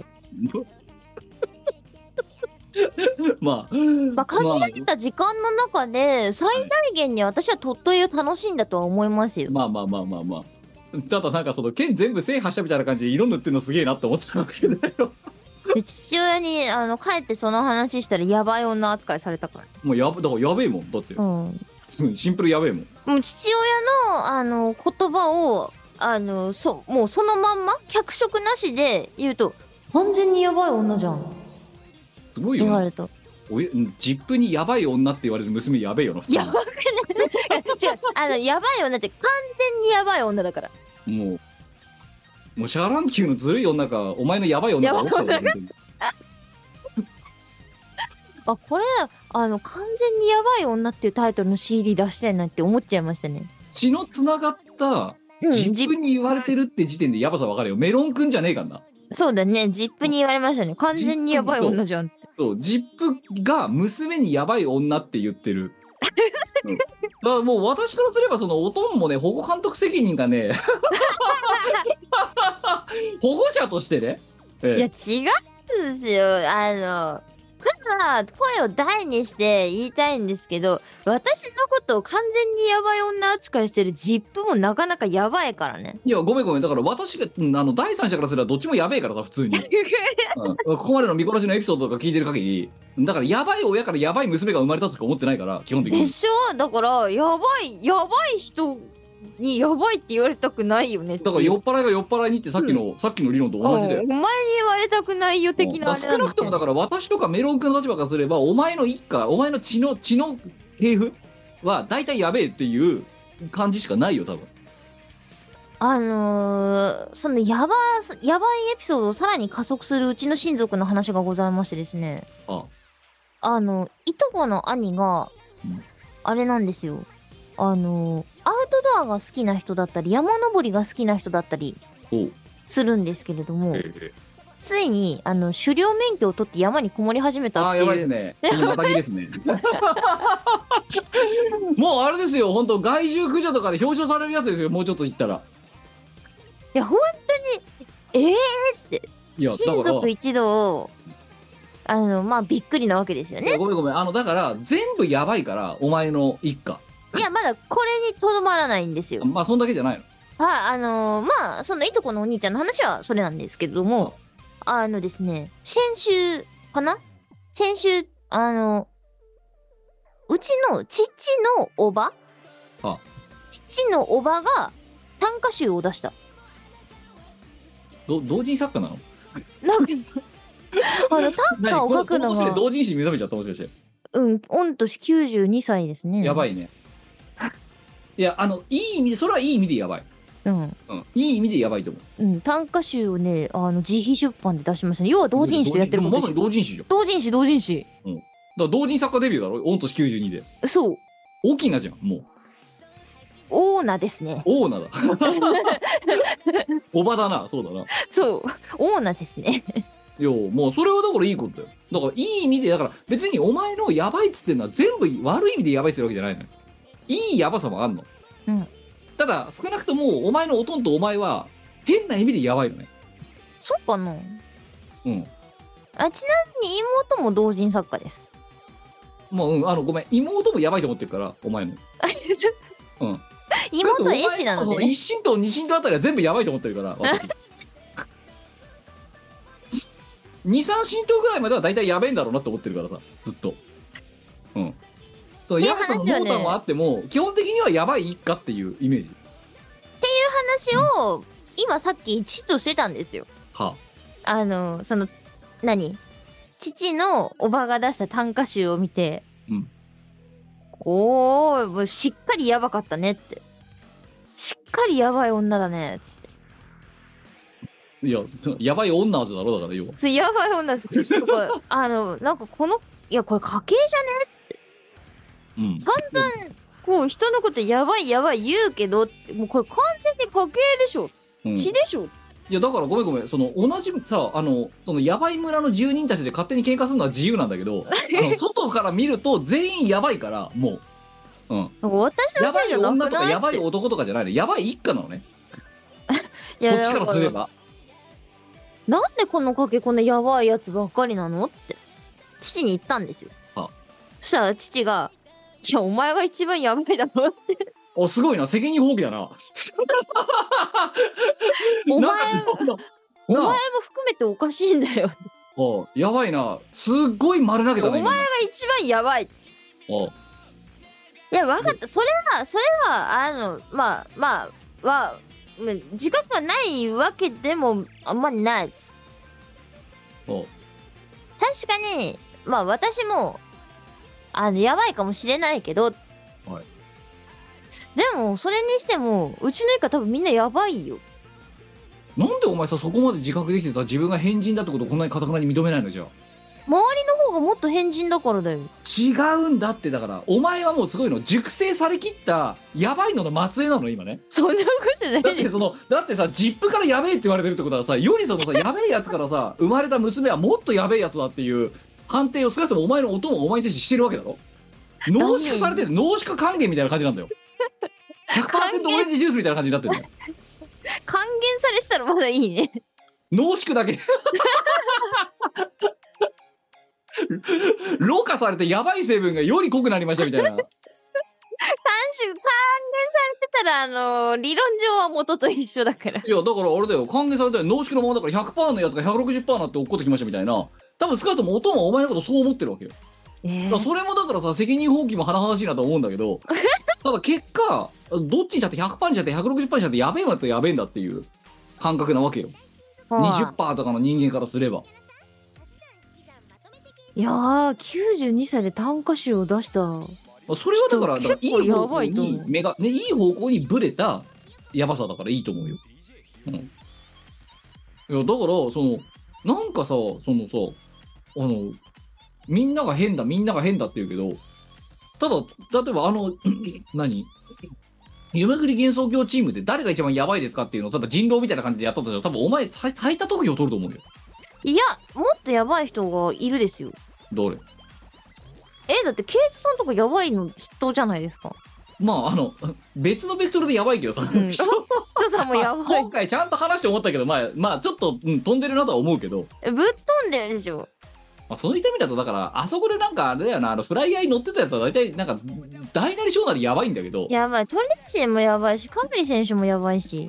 [SPEAKER 1] まあ限られた時間の中で最大限に私は鳥取を楽しんだとは思いますよ。
[SPEAKER 4] まあただなんかその県全部制覇したみたいな感じで色塗ってるのすげえなって思ってたわけだよ。
[SPEAKER 1] で父親に帰ってその話したらやばい女扱いされたから。
[SPEAKER 4] もうだからやべえもんだって、シンプルやべえもん。
[SPEAKER 1] もう父親の言葉をもうそのまんま脚色なしで言うと完全にやばい女じゃん。
[SPEAKER 4] すごいよ、ね、
[SPEAKER 1] 言われた。
[SPEAKER 4] ジップにやばい女って言われる娘やべえよな。
[SPEAKER 1] やばくない違うやばい女って完全にやばい女だから。
[SPEAKER 4] もうシャーラン級のずるい女かお前のやばい女か奥さんだよ。
[SPEAKER 1] これ完全にやばい女っていうタイトルの CD 出したいなって思っちゃいましたね。
[SPEAKER 4] 血のつながったジップに言われてるって時点でやばさ分かるよ。メロンくんじゃねえかんな。
[SPEAKER 1] そうだね、ジップに言われましたね。完全にやばい女じゃん。
[SPEAKER 4] そうジップが娘にやばい女って言ってる。だからもう私からすればそのおとんもね保護監督責任がね保護者としてね、
[SPEAKER 1] いや違うんですよ。ただ声を大にして言いたいんですけど、私のことを完全にヤバい女扱いしてるジップもなかなかヤバいからね。
[SPEAKER 4] いやごめんだから私が第三者からすればどっちもやべえからさ普通に、ここまでの見殺しのエピソードとか聞いてる限りだからやばい親からやばい娘が生まれたとか思ってないから基本的に。
[SPEAKER 1] でしょ。だからヤバい人にやばいって言われたくないよねって。
[SPEAKER 4] だから酔っ払いが酔っ払いにってさっきの理論と同じで、
[SPEAKER 1] お前に言われたくないよ的なあれなん。
[SPEAKER 4] 少なくともだから私とかメロン君の立場からすればお前の一家お前の血の系譜は大体やべえっていう感じしかないよ多分。
[SPEAKER 1] そのやばいエピソードをさらに加速するうちの親族の話がございましてですね。いとこの兄があれなんですよ。アウトドアが好きな人だったり山登りが好きな人だったりするんですけれども、ついに狩猟免許を取って山にこもり始めたっていう。
[SPEAKER 4] やばいですね。またぎですね。もうあれですよ本当害獣駆除とかで表彰されるやつですよ。もうちょっと言ったら。
[SPEAKER 1] いや本当にって親族一同びっくりなわけですよね。
[SPEAKER 4] ごめんだから全部やばいからお前の一家。
[SPEAKER 1] いやまだこれにとどまらないんですよ。
[SPEAKER 4] まあそんだけじゃないの。
[SPEAKER 1] はい、そのいとこのお兄ちゃんの話はそれなんですけれども、ですね、先週うちの父のおばが短歌集を出した。同
[SPEAKER 4] 人作家なの？
[SPEAKER 1] なんか短歌を書くのが
[SPEAKER 4] 同人誌目覚めちゃったもしかして。
[SPEAKER 1] 御年92歳ですね。
[SPEAKER 4] やばいね。 いやいい意味で、それはいい意味でやばい。
[SPEAKER 1] うん。
[SPEAKER 4] うん。いい意味でやばいと思う。
[SPEAKER 1] うん。短歌集をね、自費出版で出しましたね。要は同人誌とやってることでしょ。
[SPEAKER 4] まさに同人誌じゃん。
[SPEAKER 1] 同人誌、同人誌。
[SPEAKER 4] うん。だから同人作家デビューだろ、御年92で。
[SPEAKER 1] そう。
[SPEAKER 4] 大きなじゃん、もう。
[SPEAKER 1] オーナですね。
[SPEAKER 4] オーナだ。おばだな、そうだな。
[SPEAKER 1] そう。オーナですね。
[SPEAKER 4] いや、もうそれはだからいいことだよ。だからいい意味で、だから別にお前のやばいっつってんのは全部悪い意味でやばいっつってるわけじゃないのよ。いいやばさもあんの。
[SPEAKER 1] うん。
[SPEAKER 4] ただ少なくともお前のおとんとお前は変な意味でやばいのね。
[SPEAKER 1] そうかな。
[SPEAKER 4] うん。
[SPEAKER 1] ちなみに妹も同人作家です。
[SPEAKER 4] もう、ごめん、妹もやばいと思ってるから、お前の。うん。
[SPEAKER 1] 妹絵師なのでね。
[SPEAKER 4] 一審と二審とあたりは全部やばいと思ってるから、私。2、3審とぐらいまでは大体やべえんだろうなって思ってるからさ、ずっと。うん。そう、やばさの濃淡はあっても、基本的にはやばい一家っていうイメージ。
[SPEAKER 1] 話を、今さっき父としてたんですよ。
[SPEAKER 4] は
[SPEAKER 1] 父のおばが出した短歌集を見て、
[SPEAKER 4] うん。
[SPEAKER 1] おー、もうしっかりやばかったねって。しっかりやばい女だね、つって。
[SPEAKER 4] いや、やばい女ーズだろ、だから要は。
[SPEAKER 1] そう、やばい女です。とかなんかいや、これ家系じゃねって。
[SPEAKER 4] うん。
[SPEAKER 1] 散々、こう、人のことやばいやばい言うけど、もうこれ完全に家系でしょ。
[SPEAKER 4] うん、
[SPEAKER 1] 血でしょ。
[SPEAKER 4] いやだからごめん、その同じさ、そのやばい村の住人たちで勝手に喧嘩するのは自由なんだけど、外から見ると全員やばいから、もう、うん、
[SPEAKER 1] 私の
[SPEAKER 4] やばい
[SPEAKER 1] せいじゃなくない
[SPEAKER 4] 女とかやばい男とかじゃないの、やばい一家なのね。
[SPEAKER 1] いや、
[SPEAKER 4] こっちからすれば
[SPEAKER 1] なんでこの家系こんなやばいやつばっかりなのって父に言ったんですよ。そしたら父が「いや、お前が一番やばいだろ」って。
[SPEAKER 4] お、すごいな、責任放棄だな。
[SPEAKER 1] お前も含めておかしいんだよ。
[SPEAKER 4] お、やばいな、すっごい丸投げたね。
[SPEAKER 1] お前が一番やばい。
[SPEAKER 4] お、
[SPEAKER 1] いや、分かった。それは自覚がないわけでもあんまりない。
[SPEAKER 4] お、
[SPEAKER 1] 確かに私もやばいかもしれないけど、
[SPEAKER 4] はい、
[SPEAKER 1] でもそれにしてもうちの一家多分みんなやばいよ。
[SPEAKER 4] なんでお前さ、そこまで自覚できてた自分が変人だってことをこんなに堅くなに認めないのじゃあ。
[SPEAKER 1] 周りの方がもっと変人だからだよ。
[SPEAKER 4] 違うんだって。だからお前はもうすごいの、熟成されきったやばいのの末裔なの今ね。
[SPEAKER 1] そんなことないです。
[SPEAKER 4] だってさ、ジップからやべえって言われてるってことはさ、よりそのさやべえやつからさ生まれた娘はもっとやべえやつだっていう判定を少なくともお前のお供をお前に対してしてるわけだろ。濃縮されてる、濃縮還元みたいな感じなんだよ。100% オレンジジュースみたいな感じになってるんだよ。
[SPEAKER 1] 還元されてたらまだいいね。
[SPEAKER 4] 濃縮だけろ過されてやばい成分がより濃くなりましたみたいな。還元
[SPEAKER 1] されてたら理論上は元と一緒だから。
[SPEAKER 4] いやだからあれだよ、還元されたら濃縮のままだから 100% のやつが 160% になって落っこってきましたみたいな。多分少なくともおとんはお前のことそう思ってるわけよ。だからそれもだからさ、責任放棄も甚だしいなと思うんだけど、ただ結果どっちにしちゃって 100% にしちゃって 160% にしちゃってやべえもやつとやべえんだっていう感覚なわけよ。20% とかの人間からすれば。
[SPEAKER 1] いやー、92歳で短歌集を出した。
[SPEAKER 4] それはだから
[SPEAKER 1] 結構やばいと思う。
[SPEAKER 4] いい方向にブレたやばさだからいいと思うよ。うん。いやだからなんかさ、みんなが変だって言うけど、ただ例えば夢ぐり幻想郷チームで誰が一番やばいですかっていうのをただ人狼みたいな感じでやったとしたら、多分お前最多得票取ると思うよ。
[SPEAKER 1] いや、もっとやばい人がいるですよ。
[SPEAKER 4] どれ？
[SPEAKER 1] だってケイスさんとかやばいの人じゃないですか。
[SPEAKER 4] まあ別のベクトルでやばいけどさ、
[SPEAKER 1] 人さんもやばい。
[SPEAKER 4] 今回ちゃんと話して思ったけど、まあちょっと、飛んでるなとは思うけど、
[SPEAKER 1] ぶっ飛んでるでしょ。
[SPEAKER 4] そういった意味だとだからあそこでなんかあれだよな、フライヤーに乗ってたやつは大体なんか大なり小なりやばいんだけど、
[SPEAKER 1] やばい。トレッチェもやばいし、カグリ選手もやばいし。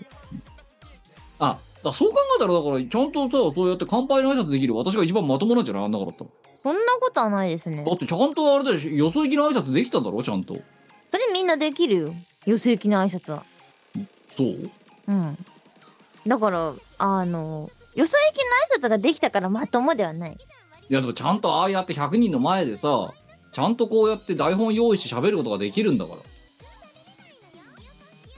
[SPEAKER 4] そう考えたらだからちゃんとさ、そうやって乾杯の挨拶できる私が一番まともなんじゃない？あんなからったら。
[SPEAKER 1] そんなことはないですね。
[SPEAKER 4] だってちゃんとあれだし、よそ行きの挨拶できたんだろちゃんと。
[SPEAKER 1] それみんなできるよ、よそ行きの挨拶は。
[SPEAKER 4] そう？
[SPEAKER 1] うん。だからよそ行きの挨拶ができたからまともではない。
[SPEAKER 4] いやでもちゃんとああやって100人の前でさ、ちゃんとこうやって台本用意して喋ることができるんだから。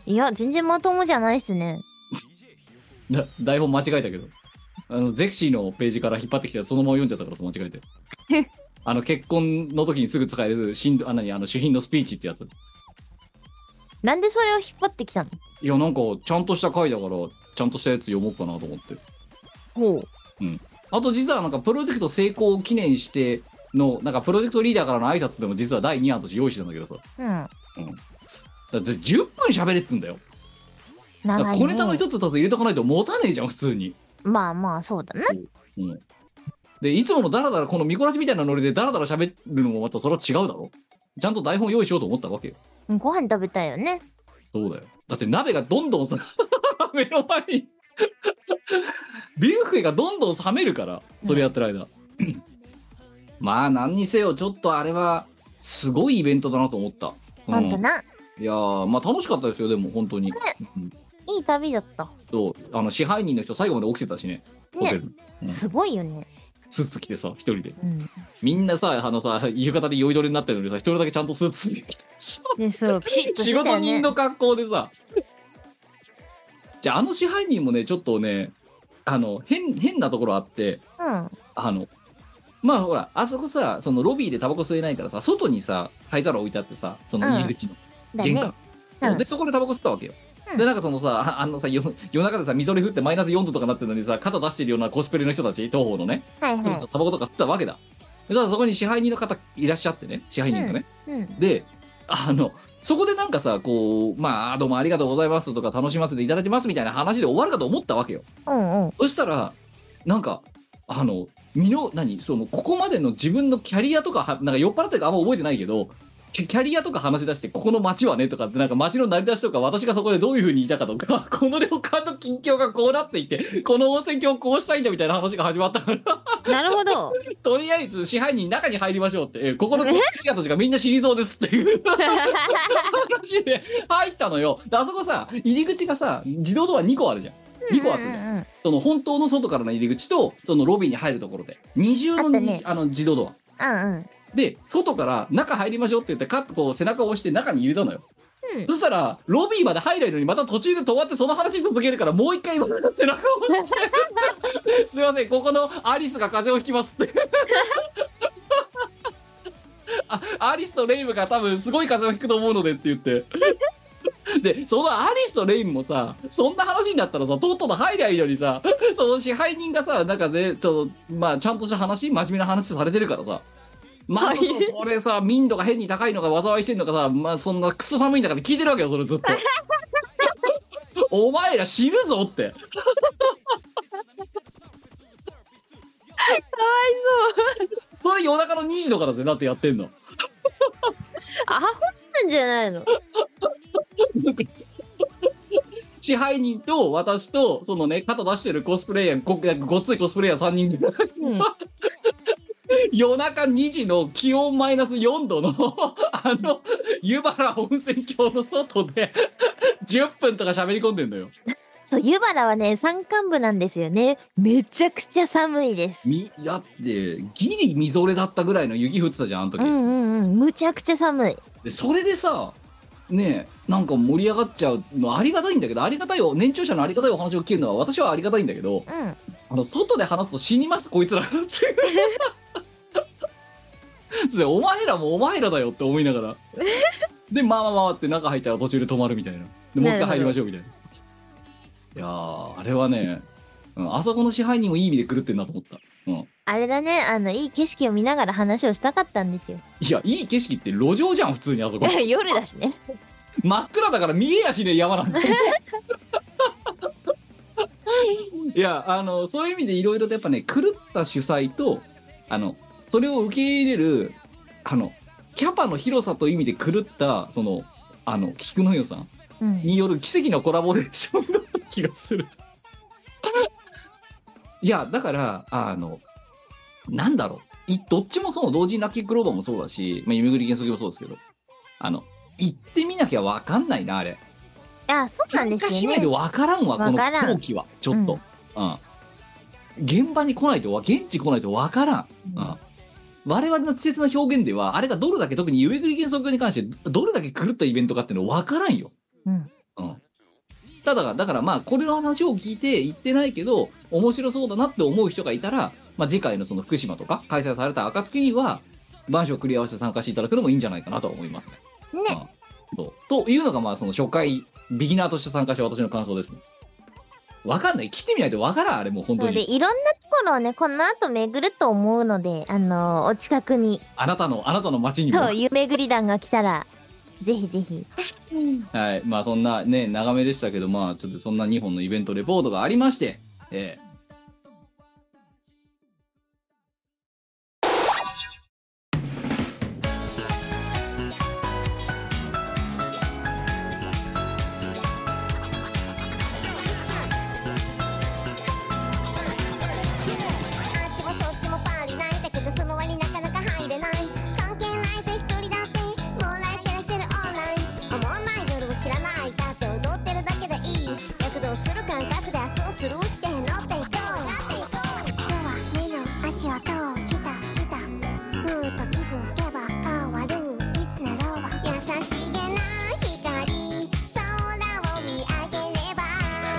[SPEAKER 1] いや、全然まともじゃないっすね。
[SPEAKER 4] 台本間違えたけど、ゼクシーのページから引っ張ってきてそのまま読んじゃったから、間違えて。結婚の時にすぐ使える主賓のスピーチってやつ。
[SPEAKER 1] なんでそれを引っ張ってきたの？
[SPEAKER 4] いや、なんかちゃんとした回だからちゃんとしたやつ読もうかなと思って。
[SPEAKER 1] ほう。
[SPEAKER 4] あと実はなんかプロジェクト成功を記念してのなんかプロジェクトリーダーからの挨拶でも実は第2案として用意してたんだけどさ、だって10分喋れっつんだよ。だから小ネタの一つ二つ入れとかないと持たねえじゃん普通に。
[SPEAKER 1] まあまあそうだね。
[SPEAKER 4] でいつものダラダラこのミコラジみたいなノリでダラダラ喋るのもまたそれは違うだろ。ちゃんと台本用意しようと思ったわけよ。
[SPEAKER 1] ご飯食べたいよね。
[SPEAKER 4] そうだよ。だって鍋がどんどんさ目の前にビュッフェがどんどん冷めるからそれやってる間、まあ何にせよちょっとあれはすごいイベントだなと思った。
[SPEAKER 1] ほんとな。
[SPEAKER 4] いやーまあ楽しかったですよ。でも本当に、
[SPEAKER 1] いい旅だった。
[SPEAKER 4] そう支配人の人最後まで起きてたしね。ホテル、
[SPEAKER 1] すごいよね。
[SPEAKER 4] スーツ着てさ一人で、みんなさ浴衣で酔いどれになってるのにさ一人だけちゃんとスーツ着て
[SPEAKER 1] でそうピシッと
[SPEAKER 4] 仕事人の格好でさ。じゃあ支配人もねちょっとね変なところあって、まあほらあそこさそのロビーでタバコ吸えないからさ外にさ灰皿置いてあってさその入り口の玄関、でそこでタバコ吸ったわけよ。でなんかそのさ夜中でさみぞれ降ってマイナス4度とかなってるのにさ肩出してるようなコスプレの人たち東方のね、タバコとか吸ったわけだ。でただそこに支配人の方いらっしゃってね支配人がね、でそこでなんかさこうまあどうもありがとうございますとか楽しませていただきますみたいな話で終わるかと思ったわけよ。そしたらなんかそのここまでの自分のキャリアとかなんか酔っ払ってるかあんま覚えてないけどキャリアとか話し出してここの街はねとかってなんか街の成り立ちとか私がそこでどういう風にいたかとかこの旅館の近況がこうなっていてこの温泉郷こうしたいんだみたいな話が始まったから
[SPEAKER 1] なるほど
[SPEAKER 4] とりあえず支配人中に入りましょうってここのキャリアたちがみんな死にそうですっていう話で入ったのよ。であそこさ入り口がさ自動ドア2個あるじゃん。2個あってね、その本当の外からの入り口とそのロビーに入るところで二重の、自動ドア、で外から中入りましょうって言ってカッとこう背中を押して中に入れたのよ、そしたらロビーまで入らないのにまた途中で止まってその話続けるからもう一回背中を押してすいませんここのアリスが風邪をひきますってアリスとレイムが多分すごい風邪をひくと思うのでって言ってでそのアリスとレイムもさそんな話になったらさとっとと入りゃいいのにさその支配人がさなんかねまあちゃんとした話真面目な話されてるからさまあそれさ民度が変に高いのか災いしてんのかさまあそんなクソ寒いんだから聞いてるわけよそれずっとお前ら死ぬぞってかわいそうそれ夜中の2時とかだってやってんの
[SPEAKER 1] アホなんじゃないの
[SPEAKER 4] 支配人と私とそのね肩出してるコスプレイヤーごっついコスプレイヤー3人ぐらい、夜中2時の気温マイナス4度の湯原温泉郷の外で10分とか喋り込んでんのよ。
[SPEAKER 1] そう湯原はね山間部なんですよね。めちゃくちゃ寒いです。
[SPEAKER 4] だってギリみぞれだったぐらいの雪降ってたじゃんあの時。
[SPEAKER 1] むちゃくちゃ寒い。で
[SPEAKER 4] それでさねえなんか盛り上がっちゃうのありがたいんだけどありがたいよ年長者のありがたいお話を聞けるのは私はありがたいんだけど、外で話すと死にますこいつらってお前らもお前らだよって思いながらでまあって中入ったら途中で止まるみたいなでもう一回入りましょうみたいな。いやあれはね、あそこの支配人もいい意味で狂ってんなと思った、
[SPEAKER 1] あれだねいい景色を見ながら話をしたかったんですよ。い
[SPEAKER 4] やいい景色って路上じゃん普通にあそこ
[SPEAKER 1] 夜だしね
[SPEAKER 4] 真っ暗だから見えやしね山なんていやそういう意味でいろいろとやっぱね狂った主催とそれを受け入れるキャパの広さという意味で狂ったその菊の湯さんによる奇跡のコラボレーションだった気がするいやだからなんだろうどっちも同時にラッキークローバーもそうだし、夢ぐり原則もそうですけど行ってみなきゃ分かんないなあれ。
[SPEAKER 1] いやそうなんですよね。
[SPEAKER 4] しないと分からんわこの狂気はちょっと、現場に来ないと現地来ないと分からん、我々の稚拙な表現ではあれがどれだけ特に夢ぐり原則に関してどれだけ狂ったイベントかっていうの分からんよ。 だからまあこれの話を聞いて言ってないけど面白そうだなって思う人がいたら、まあ、次回のその福島とか開催された暁には番所をクリアして参加していただくのもいいんじゃないかなとは思いますね。
[SPEAKER 1] ね、
[SPEAKER 4] そうというのがまあその初回ビギナーとして参加した私の感想ですね。わかんない、来てみないとわからん、あれもう本当に。
[SPEAKER 1] でいろんなところをねこの後巡ると思うので、お近くに
[SPEAKER 4] あなたの街にも。
[SPEAKER 1] そう夢ぐり団が来たらぜひぜひ。
[SPEAKER 4] はい、まあそんなね長めでしたけど、まあちょっとそんな2本のイベントレポートがありまして、
[SPEAKER 3] あっちもそっちもパリないだけどその輪になかなか入れない。関係ないぜ一人だってもらえてらしてるオンライン。思わない夜を知らないだって踊ってるだけでいい。躍動する感覚で明日をスルーして乗っていこう。今日は目の足音をひたひたふーっと気づけば変わる。いつなろうは優しげな光空を見上げれば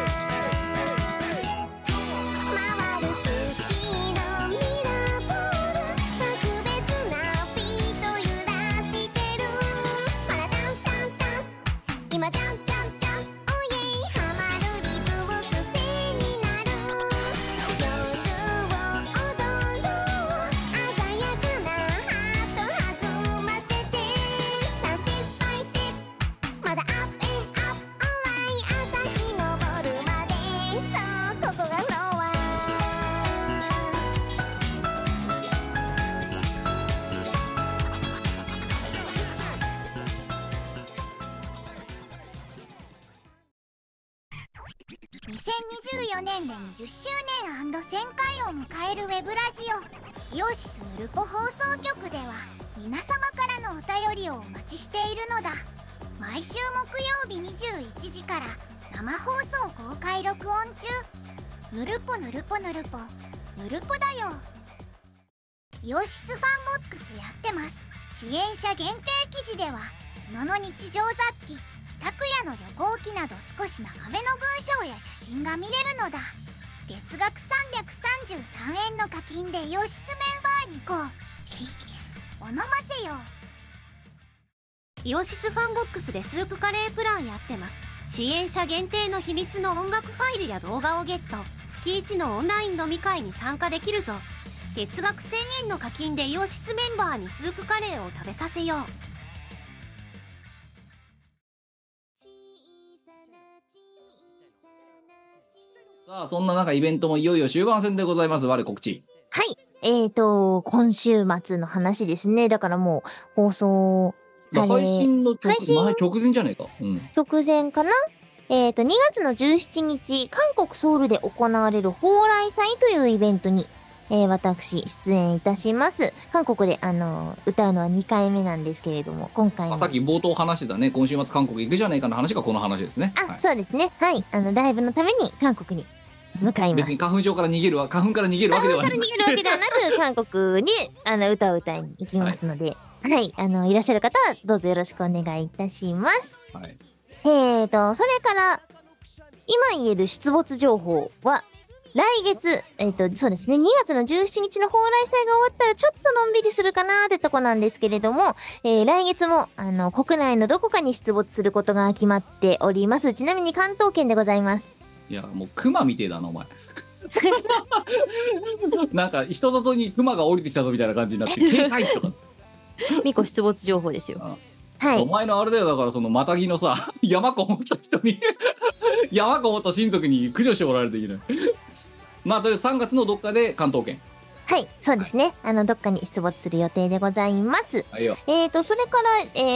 [SPEAKER 3] 回る月のミラーボール格別なビート揺らしてる。ほらダンスダンスダンス今ジャンプジャンプジャンプオーイェイハマるリズム癖になる。夜を踊ろう鮮やかなハート弾ませてさあステップバイステップまだアップアップオンライン朝日昇るまでそうここがフロア。2024年で20周年 &1000 回を迎えるウェブラジオイオシスヌルポ放送局では皆様からのお便りをお待ちしているのだ。毎週木曜日21時から生放送公開録音中。ヌルポヌルポヌルポヌルポだよ。イオシスファンボックスやってます。支援者限定記事では野の日常雑記拓也の旅行記など少し長めの文章や写真が見れるのだ。月額333円の課金でイオシスメンバーにこうお飲ませよ。
[SPEAKER 2] イオシスファンボックスでスープカレープランやってます。支援者限定の秘密の音楽ファイルや動画をゲット。月1のオンライン飲み会に参加できるぞ。月額1000円の課金でイオシスメンバーにスープカレーを食べさせよう。
[SPEAKER 4] さあそんな中イベントもいよいよ終盤戦でございます。我告知。
[SPEAKER 1] はい。今週末の話ですね。だからもう放送され
[SPEAKER 4] 配信の
[SPEAKER 1] 配信
[SPEAKER 4] 直前じゃねえか。
[SPEAKER 1] 直前かな。2月の17日、韓国ソウルで行われる蓬莱祭というイベントに、私出演いたします。韓国で歌うのは2回目なんですけれども、今回の
[SPEAKER 4] さっき冒頭話してたね、今週末韓国行くじゃねえかの話がこの話ですね。はい、
[SPEAKER 1] そうですね。はい。ライブのために韓国に向かいます。
[SPEAKER 4] 別に花粉症から逃げるわ、花粉から逃げるわけではない。
[SPEAKER 1] 花粉から逃げるわけではなく、韓国に歌を歌いに行きますので、はい。いらっしゃる方はどうぞよろしくお願いいたします。
[SPEAKER 4] はい。
[SPEAKER 1] それから今言える出没情報は来月そうですね、2月の17日の蓬莱祭が終わったらちょっとのんびりするかなーってとこなんですけれども、来月も国内のどこかに出没することが決まっております。ちなみに関東圏でございます。
[SPEAKER 4] いやもうクマみてえだなお前なんか人里にクマが降りてきたぞみたいな感じになって警戒とか
[SPEAKER 1] ミコ出没情報ですよ。はい。
[SPEAKER 4] お前のあれだよ、だからそのマタギのさ山こもった人に山こもった親族に駆除してもらえるといけないまあとりあえず3月のどっかで関東圏。
[SPEAKER 1] はい、そうですね。どっかに出没する予定でございます。
[SPEAKER 4] はいよ。
[SPEAKER 1] それから、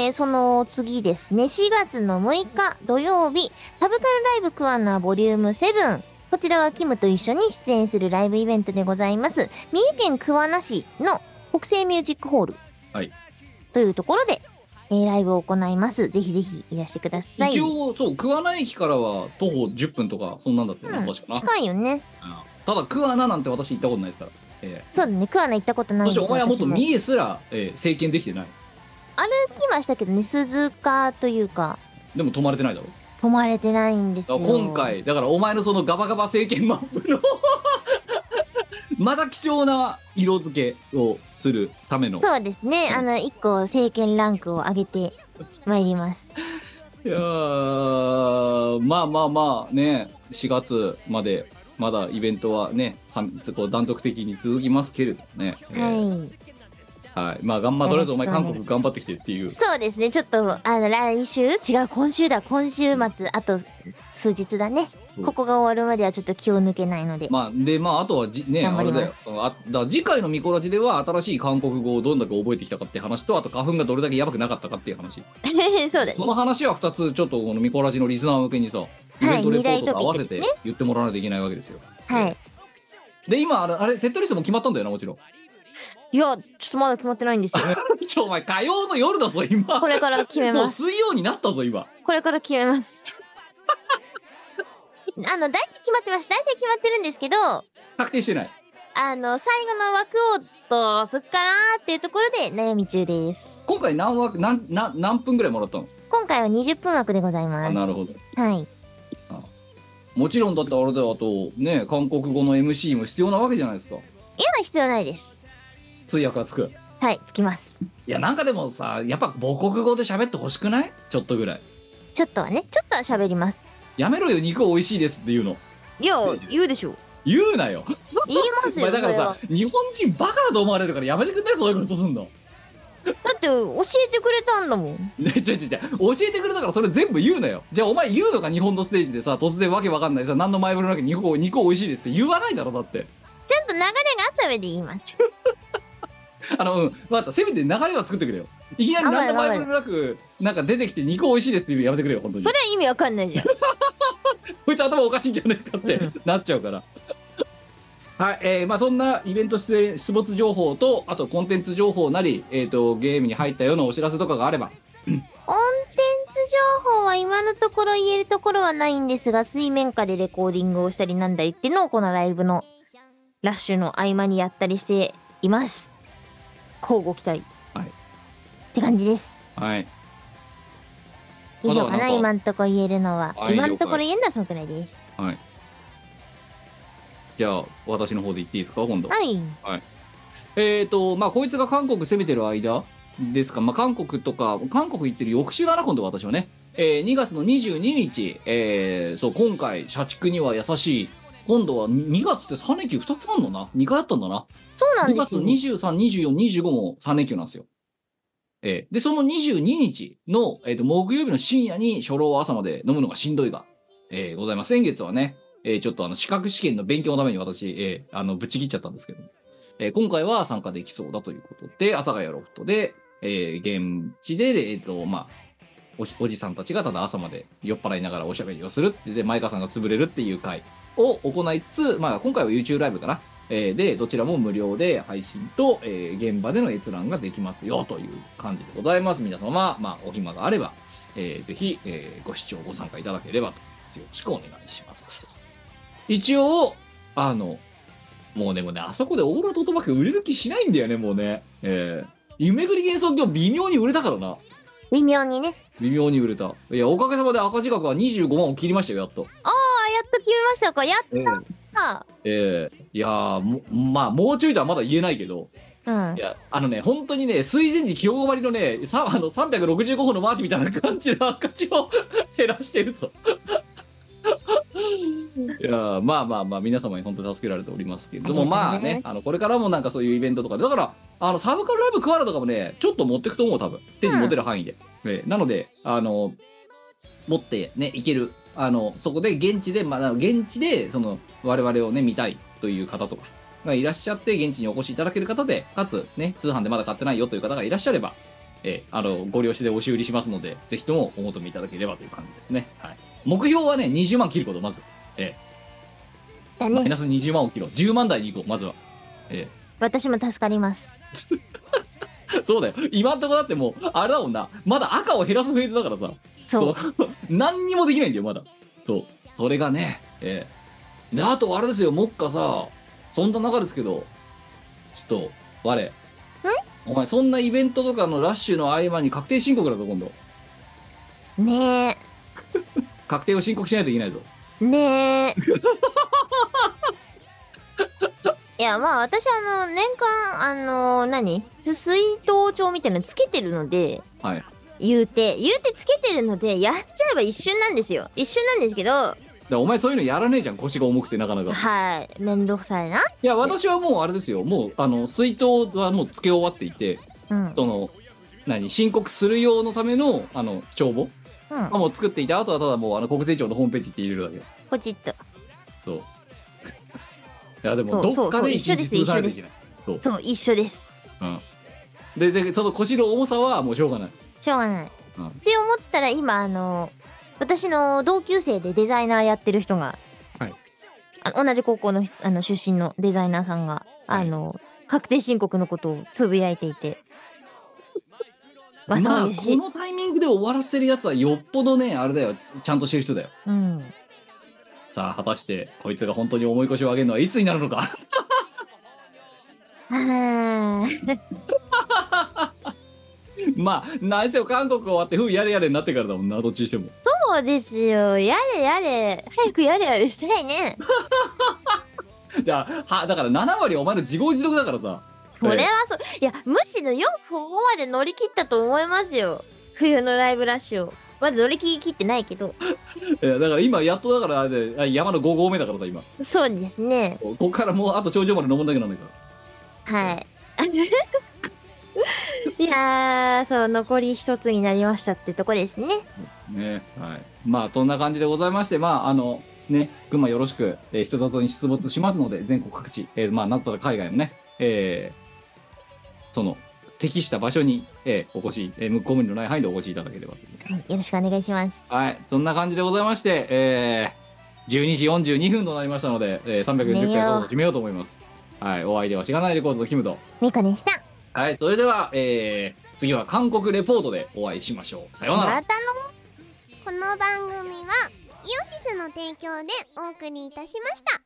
[SPEAKER 1] その次ですね、4月の6日土曜日、サブカルライブクアナボリューム7。こちらはキムと一緒に出演するライブイベントでございます。三重県桑名市の北西ミュージックホール。
[SPEAKER 4] はい。
[SPEAKER 1] というところで、ライブを行います。ぜひぜひいらしてください。
[SPEAKER 4] 一応、そう、桑名駅からは徒歩10分とか、そんなんだったよな、確かな。
[SPEAKER 1] 近いよね。
[SPEAKER 4] ただ、桑名なんて私行ったことないですから。
[SPEAKER 1] そうだね、桑名行ったことないんです。
[SPEAKER 4] そしてお前はもっと三重すら、政権できてない。
[SPEAKER 1] 歩きましたけどね、鈴鹿というか。
[SPEAKER 4] でも泊まれてないだろ。
[SPEAKER 1] 込まれてないんですよ。
[SPEAKER 4] 今回だからお前のそのガバガバ政権マップのまだ貴重な色付けをするための。
[SPEAKER 1] そうですね。1個政権ランクを上げてまいります。
[SPEAKER 4] いやー、まあまあまあね、4月までまだイベントはね、こう断続的に続きますけれどね。はい。まあとりあえずお前韓国頑張ってきてっていう。
[SPEAKER 1] そうですね。ちょっと来週今週末あと数日だね。ここが終わるまではちょっと気を抜けないので。
[SPEAKER 4] まああとはね、あれだよ。だ次回のミコラジでは新しい韓国語をどんだけ覚えてきたかっていう話と、あと花粉がどれだけやばくなかったかっていう話。
[SPEAKER 1] そうだね。
[SPEAKER 4] その話は2つちょっとこのミコラジのリスナー向けにさ、イベントレポートと合わせて言ってもらわないといけないわけですよ。
[SPEAKER 1] はい。
[SPEAKER 4] で今あれセットリストも決まったんだよな、もちろん。
[SPEAKER 1] いや、ちょっとまだ決まってないんですよね。
[SPEAKER 4] お前火曜の夜だぞ今。
[SPEAKER 1] これから決めます。
[SPEAKER 4] もう水曜になったぞ今。
[SPEAKER 1] これから決めます。大体決まってます。大体決まってるんですけど、
[SPEAKER 4] 確定してない。
[SPEAKER 1] 最後の枠をどうすっかなーっていうところで悩み中です。
[SPEAKER 4] 今回何分ぐらいもらったの？
[SPEAKER 1] 今回は20分枠でございます。
[SPEAKER 4] なるほど。
[SPEAKER 1] はい。
[SPEAKER 4] もちろんだってあれだよ、あとね、韓国語の MC も必要なわけじゃないですか。
[SPEAKER 1] いや、必要ないです。
[SPEAKER 4] 通訳はつく。
[SPEAKER 1] はい、つきます。
[SPEAKER 4] いや、なんかでもさ、やっぱ母国語で喋ってほしくない？ちょっとぐらい。
[SPEAKER 1] ちょっとは喋ります。
[SPEAKER 4] やめろよ、肉美味しいですって言うの。
[SPEAKER 1] いや、言うでしょ。
[SPEAKER 4] 言うなよ。
[SPEAKER 1] 言いますよ。
[SPEAKER 4] だからさ、日本人バカだと思われるからやめてくんない？そういうことすんの。
[SPEAKER 1] だって教えてくれたんだもん。
[SPEAKER 4] ね、教えてくれたからそれ全部言うなよ。じゃあお前言うのか、日本のステージでさ、突然わけわかんないさ、何の前触れなく肉美味しいですって言わないだろ。だって
[SPEAKER 1] ちゃんと流れがあった上で言います。
[SPEAKER 4] 分かった、せめて流れは作ってくれよ。いきなり何の前触れなくなんか出てきて肉美味しいですって言うのやめてくれよ、本当に。
[SPEAKER 1] それは意味わかんないじゃん。
[SPEAKER 4] こいつ頭おかしいんじゃねえかってなっちゃうから。はい、まあそんなイベント出没情報と、あとコンテンツ情報なり、ゲームに入ったようなお知らせとかがあれば。
[SPEAKER 1] コンテンツ情報は今のところ言えるところはないんですが、水面下でレコーディングをしたりなんだりっていうのをこのライブのラッシュの合間にやったりしています。乞うご期待。
[SPEAKER 4] はい。
[SPEAKER 1] って感じです。
[SPEAKER 4] はい。
[SPEAKER 1] 以上かな、今んとこ言えるのは。
[SPEAKER 4] はい、
[SPEAKER 1] 今んところ言えるのはそのくらいです。
[SPEAKER 4] はい。じゃあ私の方で言っていいですか、今度。
[SPEAKER 1] はい。
[SPEAKER 4] はい。まあこいつが韓国攻めてる間ですか、まあ韓国行ってる翌週だな、今度私はね。2月の22日、そう、今回社畜には優しい。今度は2月って3連休2つあんのな。2回あったんだな。
[SPEAKER 1] そうなんですよ。
[SPEAKER 4] 2月の23、24、25も3連休なんですよ。で、その22日の、木曜日の深夜に初老を朝まで飲むのがしんどいが、ございます。先月はね、ちょっと資格試験の勉強のために私、ぶっちぎっちゃったんですけど、今回は参加できそうだということで、阿佐ヶ谷ロフトで、現地で、まあ、おじさんたちがただ朝まで酔っ払いながらおしゃべりをするって、で、前川さんが潰れるっていう回を行いつつ、まあ、今回は YouTube ライブかな。で、どちらも無料で配信と、現場での閲覧ができますよという感じでございます。皆様、まあ、お暇があれば、ぜひ、ご視聴、ご参加いただければと、よろしくお願いします。一応、もうね、あそこでオーラトートバッグ売れる気しないんだよね、もうね。夢ぐり幻想今日微妙に売れたからな。
[SPEAKER 1] 微妙にね。
[SPEAKER 4] 微妙に売れた。いや、おかげさまで赤字額は25万を切りましたよ、やっと。
[SPEAKER 1] ああ、やっと切りましたか。やった
[SPEAKER 4] いやまあ、もうちょいとはまだ言えないけど、
[SPEAKER 1] うん。
[SPEAKER 4] いや、本当にね、水前寺清子張りのね、365本のマーチみたいな感じの赤字を減らしてるぞ。いや、まあ、皆様に本当に助けられておりますけれども、まあね、これからもなんかそういうイベントとかで、だから、サブカルライブクアラとかもね、ちょっと持ってくと思う、多分。手に持てる範囲で。なので、持ってね、いける。そこで現地で、その、我々をね、見たいという方とかがいらっしゃって、現地にお越しいただける方で、かつ、ね、通販でまだ買ってないよという方がいらっしゃれば、ご了承で押し売りしますので、ぜひともお求めいただければという感じですね。はい。目標はね、20万切ること、まず。
[SPEAKER 1] だね。
[SPEAKER 4] マイナス20万を切ろう。10万台に行こう、まずは。
[SPEAKER 1] 私も助かります。
[SPEAKER 4] そうだよ。今んとこだってもう、あれだもんな。まだ赤を減らすフェーズだからさ。
[SPEAKER 1] そう。
[SPEAKER 4] 何にもできないんだよ、まだ。そう。それがね、で、あとあれですよ、目下さ、そんな中ですけど、ちょっと、お前、そんなイベントとかのラッシュの合間に確定申告だぞ、今度。
[SPEAKER 1] ねえ。
[SPEAKER 4] 確定を申告しないといけないぞ。
[SPEAKER 1] ねえ。いや、まあ私年間水筒帳みたいなのつけてるので、
[SPEAKER 4] はい。
[SPEAKER 1] 言うてつけてるので、やっちゃえば一瞬なんですよ。一瞬なんですけど、
[SPEAKER 4] だからお前そういうのやらねえじゃん、腰が重くてなかなか。
[SPEAKER 1] はい、めんどくさいな。
[SPEAKER 4] いや、私はもうあれですよ、もう水筒はもうつけ終わっていて、
[SPEAKER 1] うん。
[SPEAKER 4] その申告する用のための帳簿
[SPEAKER 1] うん。
[SPEAKER 4] はもう作っていて、あとはただもう国税庁のホームページって入れるだけ。
[SPEAKER 1] ポチッと。
[SPEAKER 4] そう。いやでも
[SPEAKER 1] そう
[SPEAKER 4] どっかで
[SPEAKER 1] 一緒です
[SPEAKER 4] 一日潰さないといけない。そう。
[SPEAKER 1] そう、一緒です。
[SPEAKER 4] うん。でその腰の重さはもうしょうがない。
[SPEAKER 1] しょうがない。
[SPEAKER 4] うん。
[SPEAKER 1] って思ったら今私の同級生でデザイナーやってる人が、
[SPEAKER 4] はい。
[SPEAKER 1] 同じ高校の出身のデザイナーさんが、
[SPEAKER 4] はい
[SPEAKER 1] 確定申告のことをつぶやいていて、まあ
[SPEAKER 4] まあこ
[SPEAKER 1] そういうし、
[SPEAKER 4] のタイミングで終わらせるやつはよっぽどね、あれだよ、ちゃんとしてる人だよ。
[SPEAKER 1] うん。
[SPEAKER 4] さあ果たしてこいつが本当に重い腰を上げるのはいつになるのか。まあ何せよ韓国終わってやれやれになってからだもんな、どっちにしても。
[SPEAKER 1] そうですよ。やれやれ。早くやれやれしたいね。
[SPEAKER 4] じゃあだから7割お前の自業自得だからさ。
[SPEAKER 1] それはそう。いや、むしろよくここまで乗り切ったと思いますよ。冬のライブラッシュを。まだ乗り切ってないけど。
[SPEAKER 4] いやだから今やっとだからあれで山の5合目だからさ今。
[SPEAKER 1] そうですね。
[SPEAKER 4] ここからもうあと頂上まで登んなきゃなんないか
[SPEAKER 1] はい。いやー、そう、残り一つになりましたってとこですね。
[SPEAKER 4] らね。はい。まあそんな感じでございまして、まあね、群馬よろしく、人里に出没しますので全国各地、まあなったら海外のね、その適した場所に、お越し、ご無理のない範囲でお越しいただければという。
[SPEAKER 1] はい、よろしくお願いします。
[SPEAKER 4] はい、そんな感じでございまして、12時42分となりましたので、340回放送決めようと思います。はい、お相手はしがないレコードのキムと。
[SPEAKER 1] ミコでした。
[SPEAKER 4] はい、それでは、次は韓国レポートでお会いしましょう。さようなら。
[SPEAKER 1] またの。
[SPEAKER 3] この番組はイオシスの提供でお送りいたしました。